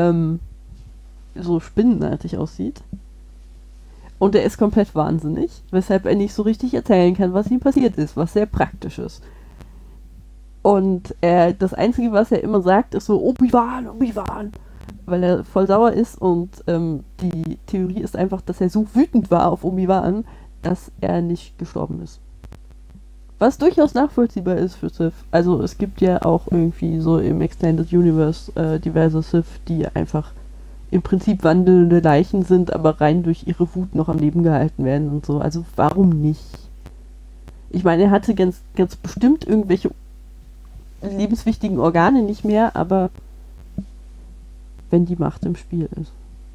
so spinnenartig aussieht. Und er ist komplett wahnsinnig, weshalb er nicht so richtig erzählen kann, was ihm passiert ist, was sehr praktisch ist. Und das Einzige, was er immer sagt, ist so, Obi-Wan, Obi-Wan, weil er voll sauer ist, und die Theorie ist einfach, dass er so wütend war auf Obi-Wan, dass er nicht gestorben ist. Was durchaus nachvollziehbar ist für Sith. Also es gibt ja auch irgendwie so im Extended Universe diverse Sith, die einfach im Prinzip wandelnde Leichen sind, aber rein durch ihre Wut noch am Leben gehalten werden und so. Also warum nicht? Ich meine, er hatte ganz, ganz bestimmt irgendwelche lebenswichtigen Organe nicht mehr, aber wenn die Macht im Spiel ist.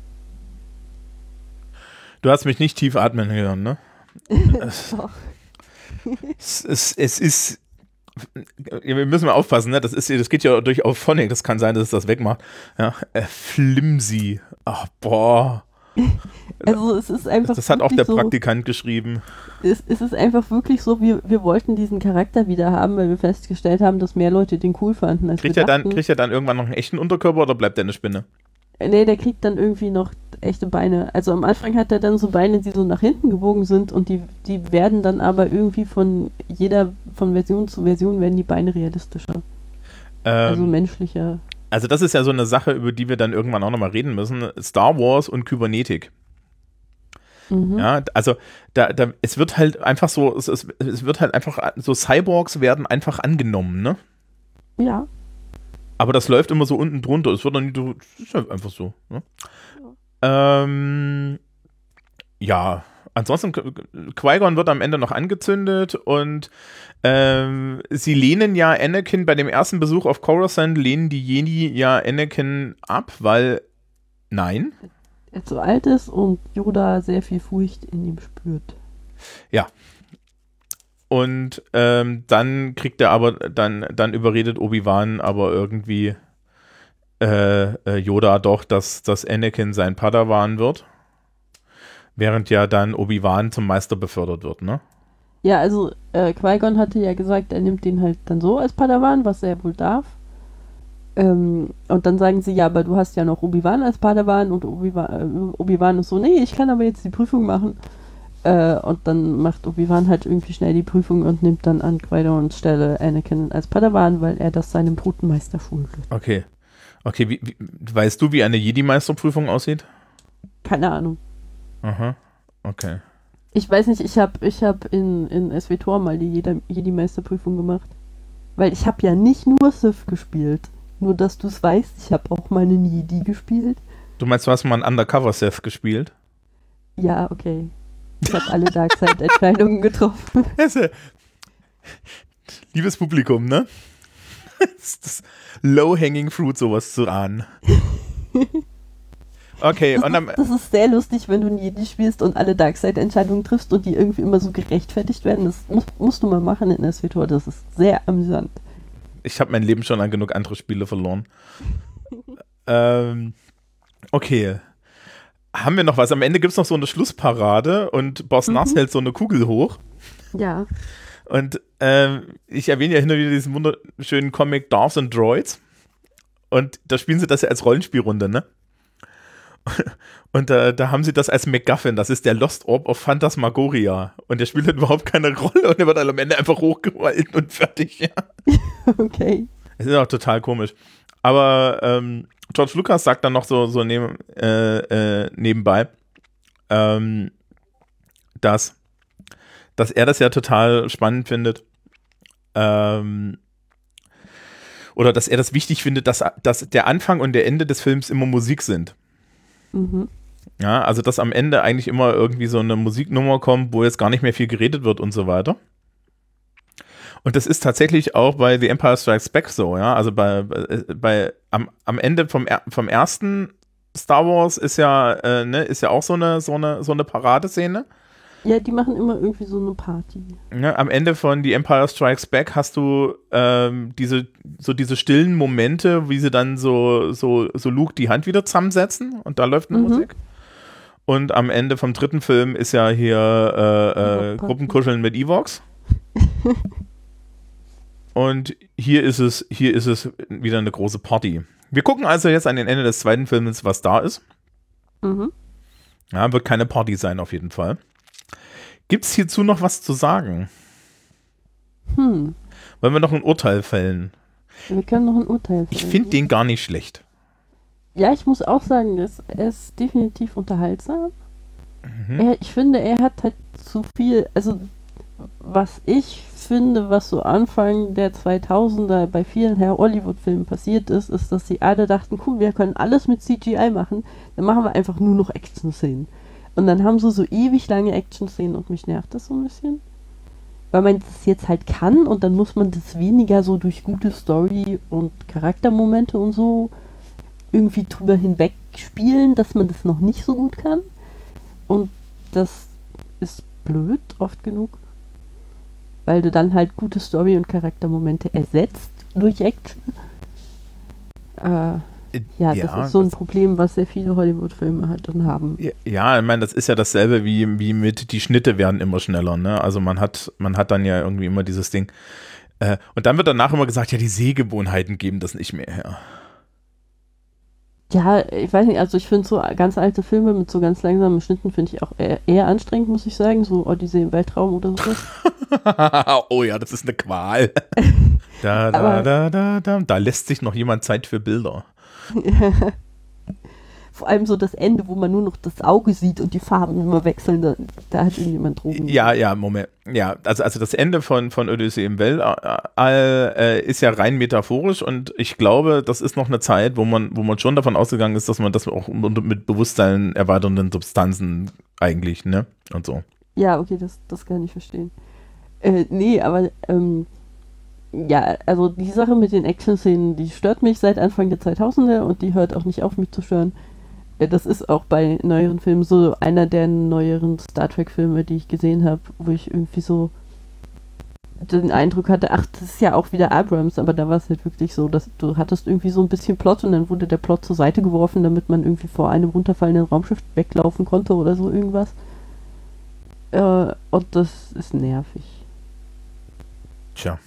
Du hast mich nicht tief atmen hören, ne? Doch. Es ist, wir müssen mal aufpassen, ne? Das geht ja durch Auphonic, das kann sein, dass es das wegmacht. Ja, flimsy. Ach, boah. Also es ist einfach. Das hat auch der so, Praktikant geschrieben. Es ist einfach wirklich so, wir wollten diesen Charakter wieder haben, weil wir festgestellt haben, dass mehr Leute den cool fanden. Als Kriegt er dann irgendwann noch einen echten Unterkörper oder bleibt er eine Spinne? Nee, der kriegt dann irgendwie noch echte Beine. Also am Anfang hat er dann so Beine, die so nach hinten gebogen sind und die werden dann aber irgendwie von Version zu Version werden die Beine realistischer. Also menschlicher. Also das ist ja so eine Sache, über die wir dann irgendwann auch nochmal reden müssen. Star Wars und Kybernetik. Mhm. Ja, also es wird halt einfach so, es wird halt einfach, so Cyborgs werden einfach angenommen, ne? Ja. Aber das läuft immer so unten drunter. Es wird dann nicht so, das ist halt einfach so. Ne? Ja. Ja, ansonsten, Qui-Gon wird am Ende noch angezündet und sie lehnen ja Anakin bei dem ersten Besuch auf Coruscant, lehnen die Jedi ja Anakin ab, weil, nein. Er zu alt ist und Yoda sehr viel Furcht in ihm spürt. Ja. Und dann kriegt er aber, dann überredet Obi-Wan aber irgendwie Yoda doch, dass Anakin sein Padawan wird. Während ja dann Obi-Wan zum Meister befördert wird, ne? Ja, also Qui-Gon hatte ja gesagt, er nimmt den halt dann so als Padawan, was er wohl darf. Und dann sagen sie, ja, aber du hast ja noch Obi-Wan als Padawan und Obi-Wan ist so, nee, ich kann aber jetzt die Prüfung machen. Und dann macht Obi-Wan halt irgendwie schnell die Prüfung und nimmt dann an Qui-Gons Stelle Anakin als Padawan, weil er das seinem Brutenmeister schuldet. Okay. Okay, weißt du, wie eine Jedi-Meisterprüfung aussieht? Keine Ahnung. Aha, okay. Ich weiß nicht, ich hab in SWTOR mal die Jedi-Meisterprüfung gemacht. Weil ich habe ja nicht nur Sith gespielt. Nur, dass du es weißt, ich habe auch mal einen Jedi gespielt. Du meinst, du hast mal einen Undercover-Sith gespielt? Ja, okay. Ich habe alle Darkseid-Entscheidungen getroffen. Liebes Publikum, ne? Das ist das Low-Hanging Fruit, sowas zu ahnen. Okay, das ist sehr lustig, wenn du ein Jedi spielst und alle Darkseid-Entscheidungen triffst und die irgendwie immer so gerechtfertigt werden. Das musst du mal machen in SWTOR, das ist sehr amüsant. Ich habe mein Leben schon an genug andere Spiele verloren. Okay. Haben wir noch was? Am Ende gibt es noch so eine Schlussparade und Boss Nass hält so eine Kugel hoch. Ja. Und ich erwähne ja hin und wieder diesen wunderschönen Comic Darths and Droids. Und da spielen sie das ja als Rollenspielrunde, ne? Und da haben sie das als MacGuffin, das ist der Lost Orb of Phantasmagoria. Und der spielt halt überhaupt keine Rolle und der wird dann am Ende einfach hochgehalten und fertig, ja. Okay. Es ist auch total komisch. Aber George Lucas sagt dann noch so nebenbei, dass er das ja total spannend findet. Oder dass er das wichtig findet, dass der Anfang und der Ende des Films immer Musik sind. Mhm. Ja, also dass am Ende eigentlich immer irgendwie so eine Musiknummer kommt, wo jetzt gar nicht mehr viel geredet wird und so weiter. Und das ist tatsächlich auch bei The Empire Strikes Back so, ja. Also am Ende vom ersten Star Wars ist ja auch so eine Paradeszene. Ja, die machen immer irgendwie so eine Party. Ja, am Ende von The Empire Strikes Back hast du diese stillen Momente, wie sie dann so Luke die Hand wieder zusammensetzen und da läuft eine Musik. Und am Ende vom dritten Film ist ja hier Gruppenkuscheln mit Ewoks. Und hier ist es wieder eine große Party. Wir gucken also jetzt an den Ende des zweiten Films, was da ist. Mhm. Ja, wird keine Party sein auf jeden Fall. Gibt es hierzu noch was zu sagen? Wollen wir noch ein Urteil fällen? Wir können noch ein Urteil fällen. Ich finde den gar nicht schlecht. Ja, ich muss auch sagen, er ist definitiv unterhaltsam. Ich finde, er hat halt zu viel, also was ich finde, was so Anfang der 2000er bei vielen Hollywood-Filmen passiert ist, dass sie alle dachten, cool, wir können alles mit CGI machen, dann machen wir einfach nur noch Action-Szenen. Und dann haben sie so ewig lange Action-Szenen und mich nervt das so ein bisschen. weil man das jetzt halt kann und dann muss man das weniger so durch gute Story und Charaktermomente und so irgendwie drüber hinweg spielen, dass man das noch nicht so gut kann. Und das ist blöd oft genug, weil du dann halt gute Story und Charaktermomente ersetzt durch Action. Ja, das ist so ein Problem, was sehr viele Hollywood-Filme halt dann haben. Ja, ich meine, das ist ja dasselbe wie mit, die Schnitte werden immer schneller, ne? Also man hat dann ja irgendwie immer dieses Ding. Und dann wird danach immer gesagt, ja, die Sehgewohnheiten geben das nicht mehr her. Ja, ich weiß nicht, also ich finde so ganz alte Filme mit so ganz langsamen Schnitten finde ich auch eher anstrengend, muss ich sagen. So Odyssee im Weltraum oder so. Oh ja, das ist eine Qual. Da lässt sich noch jemand Zeit für Bilder. Vor allem so das Ende, wo man nur noch das Auge sieht und die Farben immer wechseln, da hat irgendjemand Drogen. Ja, Moment. Ja, also das Ende von Odyssee im Weltall ist ja rein metaphorisch und ich glaube, das ist noch eine Zeit, wo man schon davon ausgegangen ist, dass man das auch mit Bewusstsein erweiternden Substanzen eigentlich, ne? Und so. Ja, okay, das kann ich verstehen. Nee, aber ja, also die Sache mit den Action-Szenen, die stört mich seit Anfang der 2000er und die hört auch nicht auf, mich zu stören. Das ist auch bei neueren Filmen so einer der neueren Star Trek-Filme, die ich gesehen habe, wo ich irgendwie so den Eindruck hatte, ach, das ist ja auch wieder Abrams, aber da war es halt wirklich so, dass du hattest irgendwie so ein bisschen Plot und dann wurde der Plot zur Seite geworfen, damit man irgendwie vor einem runterfallenden Raumschiff weglaufen konnte oder so irgendwas. Und das ist nervig. Tja.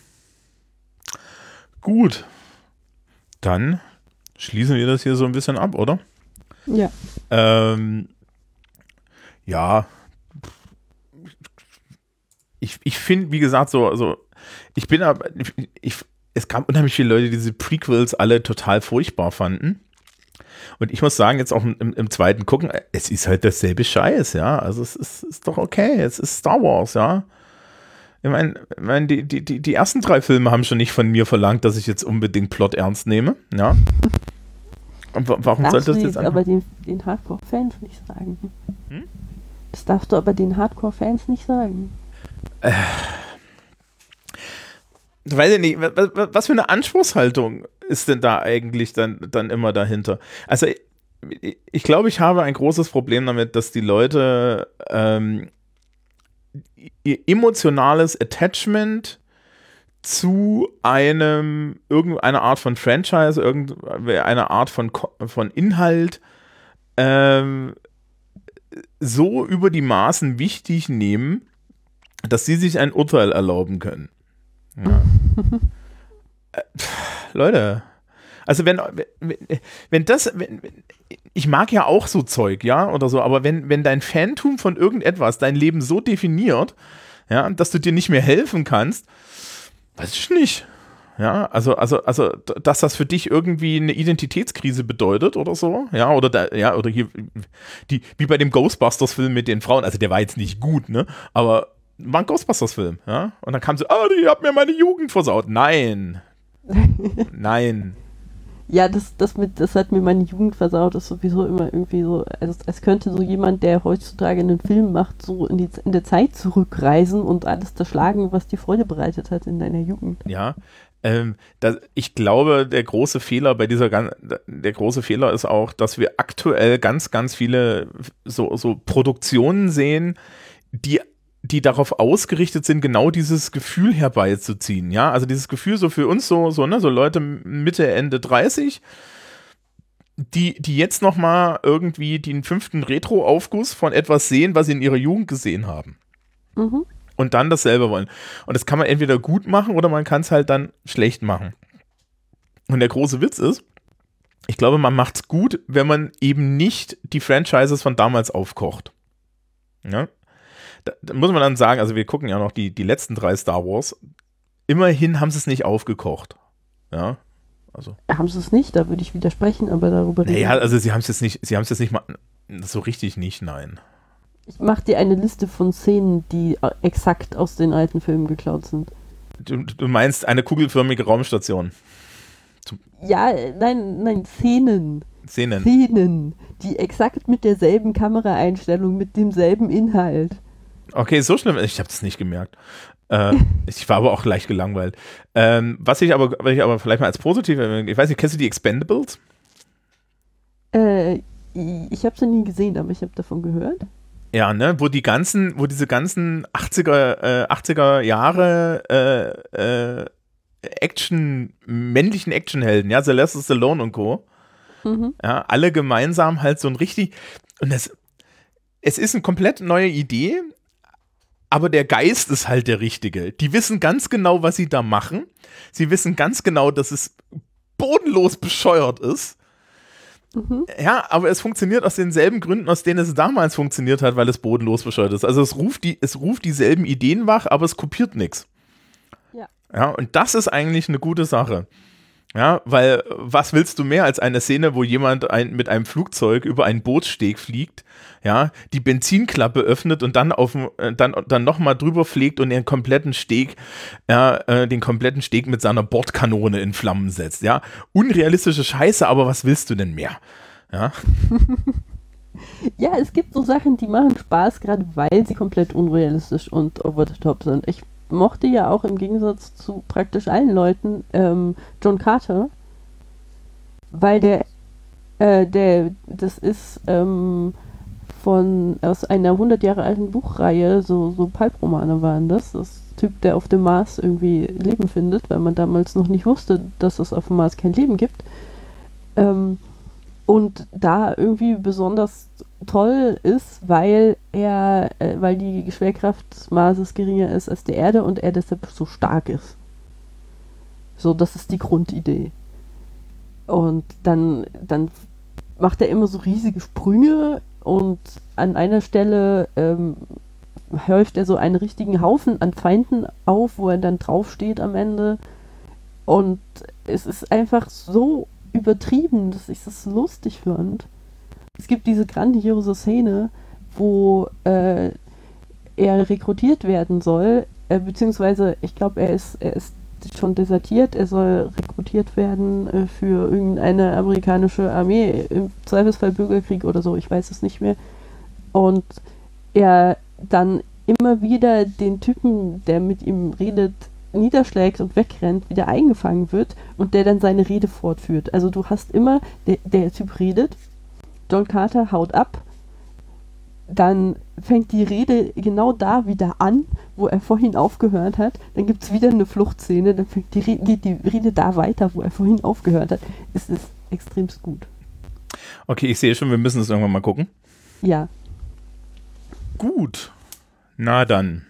Gut, dann schließen wir das hier so ein bisschen ab, oder? Ja. Ja. Ich finde, wie gesagt, es gab unheimlich viele Leute, die diese Prequels alle total furchtbar fanden. Und ich muss sagen, jetzt auch im zweiten Gucken, es ist halt dasselbe Scheiß, ja. Also es ist doch okay, es ist Star Wars, ja. Ich meine, die ersten 3 Filme haben schon nicht von mir verlangt, dass ich jetzt unbedingt Plot ernst nehme. Ja. Und warum sollte das jetzt aber den Hardcore-Fans nicht sagen. Hm? Das darfst du aber den Hardcore-Fans nicht sagen. Weiß ich nicht, was für eine Anspruchshaltung ist denn da eigentlich dann immer dahinter? Also ich glaube, ich habe ein großes Problem damit, dass die Leute ihr emotionales Attachment zu irgendeiner Art von Franchise, irgendeiner Art von Inhalt so über die Maßen wichtig nehmen, dass sie sich ein Urteil erlauben können. Ja. Leute, also wenn ich mag ja auch so Zeug, ja, oder so, aber wenn dein Fantum von irgendetwas dein Leben so definiert, ja, dass du dir nicht mehr helfen kannst, weiß ich nicht. Ja, also, dass das für dich irgendwie eine Identitätskrise bedeutet oder so, ja, oder hier, wie bei dem Ghostbusters-Film mit den Frauen, also der war jetzt nicht gut, ne, aber war ein Ghostbusters-Film, ja, und dann kam so, die hat mir meine Jugend versaut. Nein. Nein. Ja, das hat mir meine Jugend versaut, ist sowieso immer irgendwie so, also es könnte so jemand, der heutzutage einen Film macht, so in der Zeit zurückreisen und alles zerschlagen, was dir Freude bereitet hat in deiner Jugend. Ja, ich glaube, der große Fehler ist auch, dass wir aktuell ganz, ganz viele so Produktionen sehen, die darauf ausgerichtet sind, genau dieses Gefühl herbeizuziehen, ja, also dieses Gefühl so für uns so Leute Mitte, Ende 30, die jetzt nochmal irgendwie den 5. Retro-Aufguss von etwas sehen, was sie in ihrer Jugend gesehen haben. Mhm. Und dann dasselbe wollen. Und das kann man entweder gut machen oder man kann es halt dann schlecht machen. Und der große Witz ist, ich glaube, man macht es gut, wenn man eben nicht die Franchises von damals aufkocht. Ja? Da muss man dann sagen, also wir gucken ja noch die letzten 3 Star Wars, immerhin haben sie es nicht aufgekocht. Ja, also. Haben sie es nicht, da würde ich widersprechen, aber darüber reden. Naja, also sie haben es jetzt nicht mal so richtig nicht, nein. Ich mache dir eine Liste von Szenen, die exakt aus den alten Filmen geklaut sind. Du meinst eine kugelförmige Raumstation? Ja, nein, Szenen, die exakt mit derselben Kameraeinstellung, mit demselben Inhalt. Okay, so schlimm, ich habe das nicht gemerkt. Ich war aber auch leicht gelangweilt. Was ich aber vielleicht mal als positiv, ich weiß nicht, kennst du die Expendables? Ich habe sie nie gesehen, aber ich habe davon gehört. Ja, ne, wo diese ganzen 80er Jahre männlichen Actionhelden, ja, Sylvester Stallone und Co., ja, alle gemeinsam halt so ein und es ist eine komplett neue Idee, aber der Geist ist halt der richtige. Die wissen ganz genau, was sie da machen. Sie wissen ganz genau, dass es bodenlos bescheuert ist. Ja, aber es funktioniert aus denselben Gründen, aus denen es damals funktioniert hat, weil es bodenlos bescheuert ist. Also es ruft dieselben Ideen wach, aber es kopiert nichts. Ja, und das ist eigentlich eine gute Sache. Ja, weil was willst du mehr als eine Szene, wo jemand mit einem Flugzeug über einen Bootssteg fliegt, ja, die Benzinklappe öffnet und dann dann nochmal drüber fliegt und den kompletten Steg mit seiner Bordkanone in Flammen setzt, ja. Unrealistische Scheiße, aber was willst du denn mehr? Ja. Ja, es gibt so Sachen, die machen Spaß, gerade weil sie komplett unrealistisch und over the top sind. Ich mochte ja auch im Gegensatz zu praktisch allen Leuten John Carter, weil das ist aus einer 100 Jahre alten Buchreihe, so Pulp-Romane waren das. Das Typ, der auf dem Mars irgendwie Leben findet, weil man damals noch nicht wusste, dass es auf dem Mars kein Leben gibt. Und da irgendwie besonders toll ist, weil die Schwerkraft des Marses geringer ist als der Erde und er deshalb so stark ist. So, das ist die Grundidee. Und dann macht er immer so riesige Sprünge und an einer Stelle häuft er so einen richtigen Haufen an Feinden auf, wo er dann draufsteht am Ende. Und es ist einfach so übertrieben, dass ich das lustig fand. Es gibt diese grandiose Szene, wo er rekrutiert werden soll, beziehungsweise ich glaube, er ist schon desertiert, er soll rekrutiert werden für irgendeine amerikanische Armee, im Zweifelsfall Bürgerkrieg oder so, ich weiß es nicht mehr. Und er dann immer wieder den Typen, der mit ihm redet, niederschlägt und wegrennt, wieder eingefangen wird und der dann seine Rede fortführt. Also du hast immer, der Typ redet, John Carter haut ab, dann fängt die Rede genau da wieder an, wo er vorhin aufgehört hat, dann gibt es wieder eine Fluchtszene, dann geht die Rede da weiter, wo er vorhin aufgehört hat. Es ist extremst gut. Okay, ich sehe schon, wir müssen es irgendwann mal gucken. Ja. Gut. Na dann.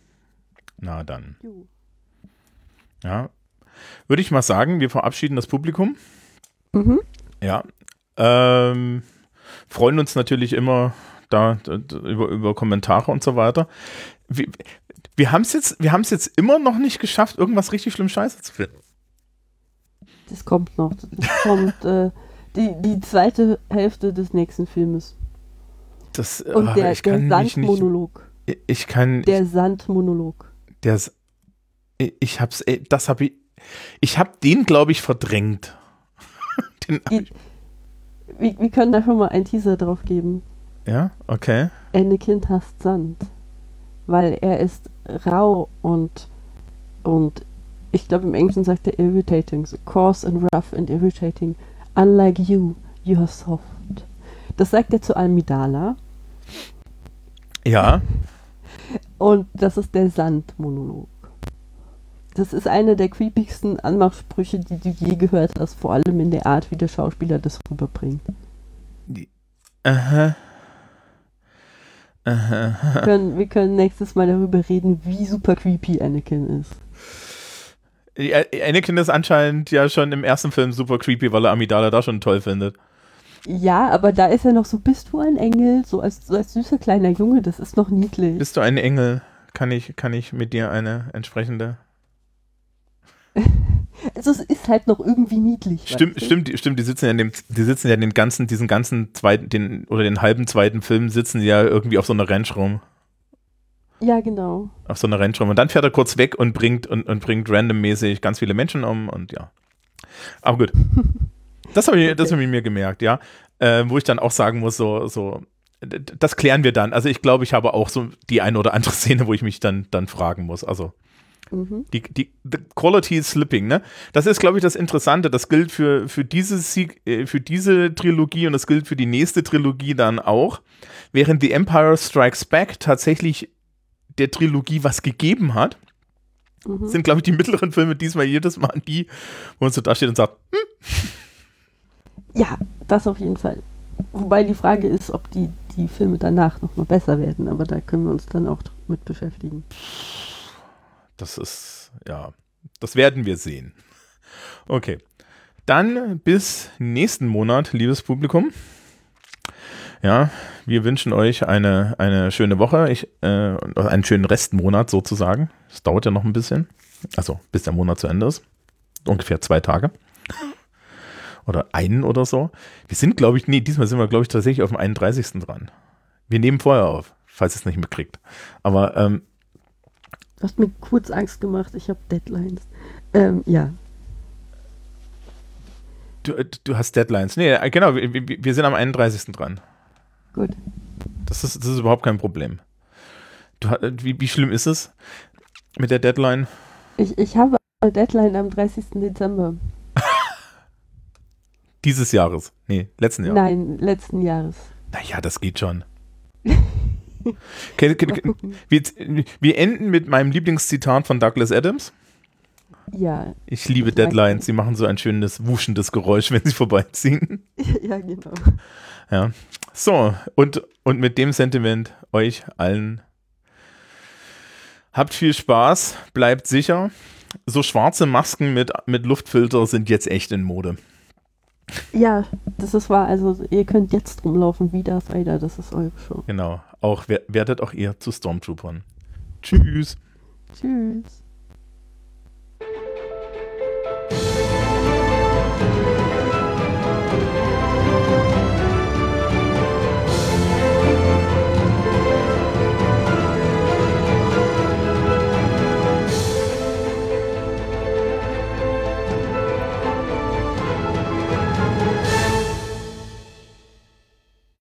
Ja. Würde ich mal sagen, wir verabschieden das Publikum. Mhm. Ja. Freuen uns natürlich immer über Kommentare und so weiter. Wir haben es jetzt immer noch nicht geschafft, irgendwas richtig schlimm Scheiße zu finden. Das kommt noch. Das kommt die zweite Hälfte des nächsten Filmes. Und der Sandmonolog. Der Sandmonolog. Ich habe den, glaube ich, verdrängt. Wir können da schon mal einen Teaser drauf geben. Ja, okay. Anakin hasst Sand. Weil er ist rau und ich glaube im Englischen sagt er irritating. So coarse and rough and irritating. Unlike you are soft. Das sagt er zu Amidala. Ja. Und das ist der Sandmonolog. Das ist einer der creepigsten Anmachsprüche, die du je gehört hast, vor allem in der Art, wie der Schauspieler das rüberbringt. Aha. Wir können nächstes Mal darüber reden, wie super creepy Anakin ist. Anakin ist anscheinend ja schon im ersten Film super creepy, weil er Amidala da schon toll findet. Ja, aber da ist er noch so, bist du ein Engel? So als süßer kleiner Junge, das ist noch niedlich. Bist du ein Engel? Kann ich mit dir eine entsprechende... Also es ist halt noch irgendwie niedlich. Stimmt, die sitzen ja den halben zweiten Film sitzen ja irgendwie auf so einer Ranch rum. Ja, genau. Auf so einer Ranch rum. Und dann fährt er kurz weg und bringt randommäßig ganz viele Menschen um und ja. Aber gut. Das habe ich mir gemerkt, ja. Wo ich dann auch sagen muss, so, das klären wir dann. Also ich glaube, ich habe auch so die eine oder andere Szene, wo ich mich dann fragen muss. Also The quality is slipping, ne? Das ist, glaube ich, das Interessante. Das gilt für diese Trilogie und das gilt für die nächste Trilogie dann auch. Während The Empire Strikes Back tatsächlich der Trilogie was gegeben hat, sind, glaube ich, die mittleren Filme diesmal jedes Mal die, wo man so da steht und sagt, Ja, das auf jeden Fall. Wobei die Frage ist, ob die Filme danach noch mal besser werden, aber da können wir uns dann auch mit beschäftigen. Das werden wir sehen. Okay. Dann bis nächsten Monat, liebes Publikum. Ja, wir wünschen euch eine schöne Woche, einen schönen Restmonat sozusagen. Es dauert ja noch ein bisschen. Also, bis der Monat zu Ende ist. Ungefähr 2 Tage. Oder einen oder so. Diesmal sind wir, glaube ich, tatsächlich auf dem 31. dran. Wir nehmen vorher auf, falls ihr es nicht mitkriegt. Aber, Du hast mir kurz Angst gemacht, ich habe Deadlines. Ja. Du hast Deadlines. Nee, genau, wir sind am 31. dran. Gut. Das ist überhaupt kein Problem. Wie schlimm ist es mit der Deadline? Ich habe eine Deadline am 30. Dezember. Dieses Jahres? Nee, letzten Jahres. Nein, letzten Jahres. Naja, das geht schon. Wir enden mit meinem Lieblingszitat von Douglas Adams. Ja. Ich liebe Deadlines. Sie machen so ein schönes, wuschendes Geräusch, wenn sie vorbeiziehen. Ja, genau. Ja. So, und mit dem Sentiment euch allen habt viel Spaß, bleibt sicher. So schwarze Masken mit Luftfilter sind jetzt echt in Mode. Ja, das ist wahr. Also ihr könnt jetzt rumlaufen wie Darth Vader, das ist eure Show. Genau. Werdet auch ihr zu Stormtroopern. Tschüss. Tschüss.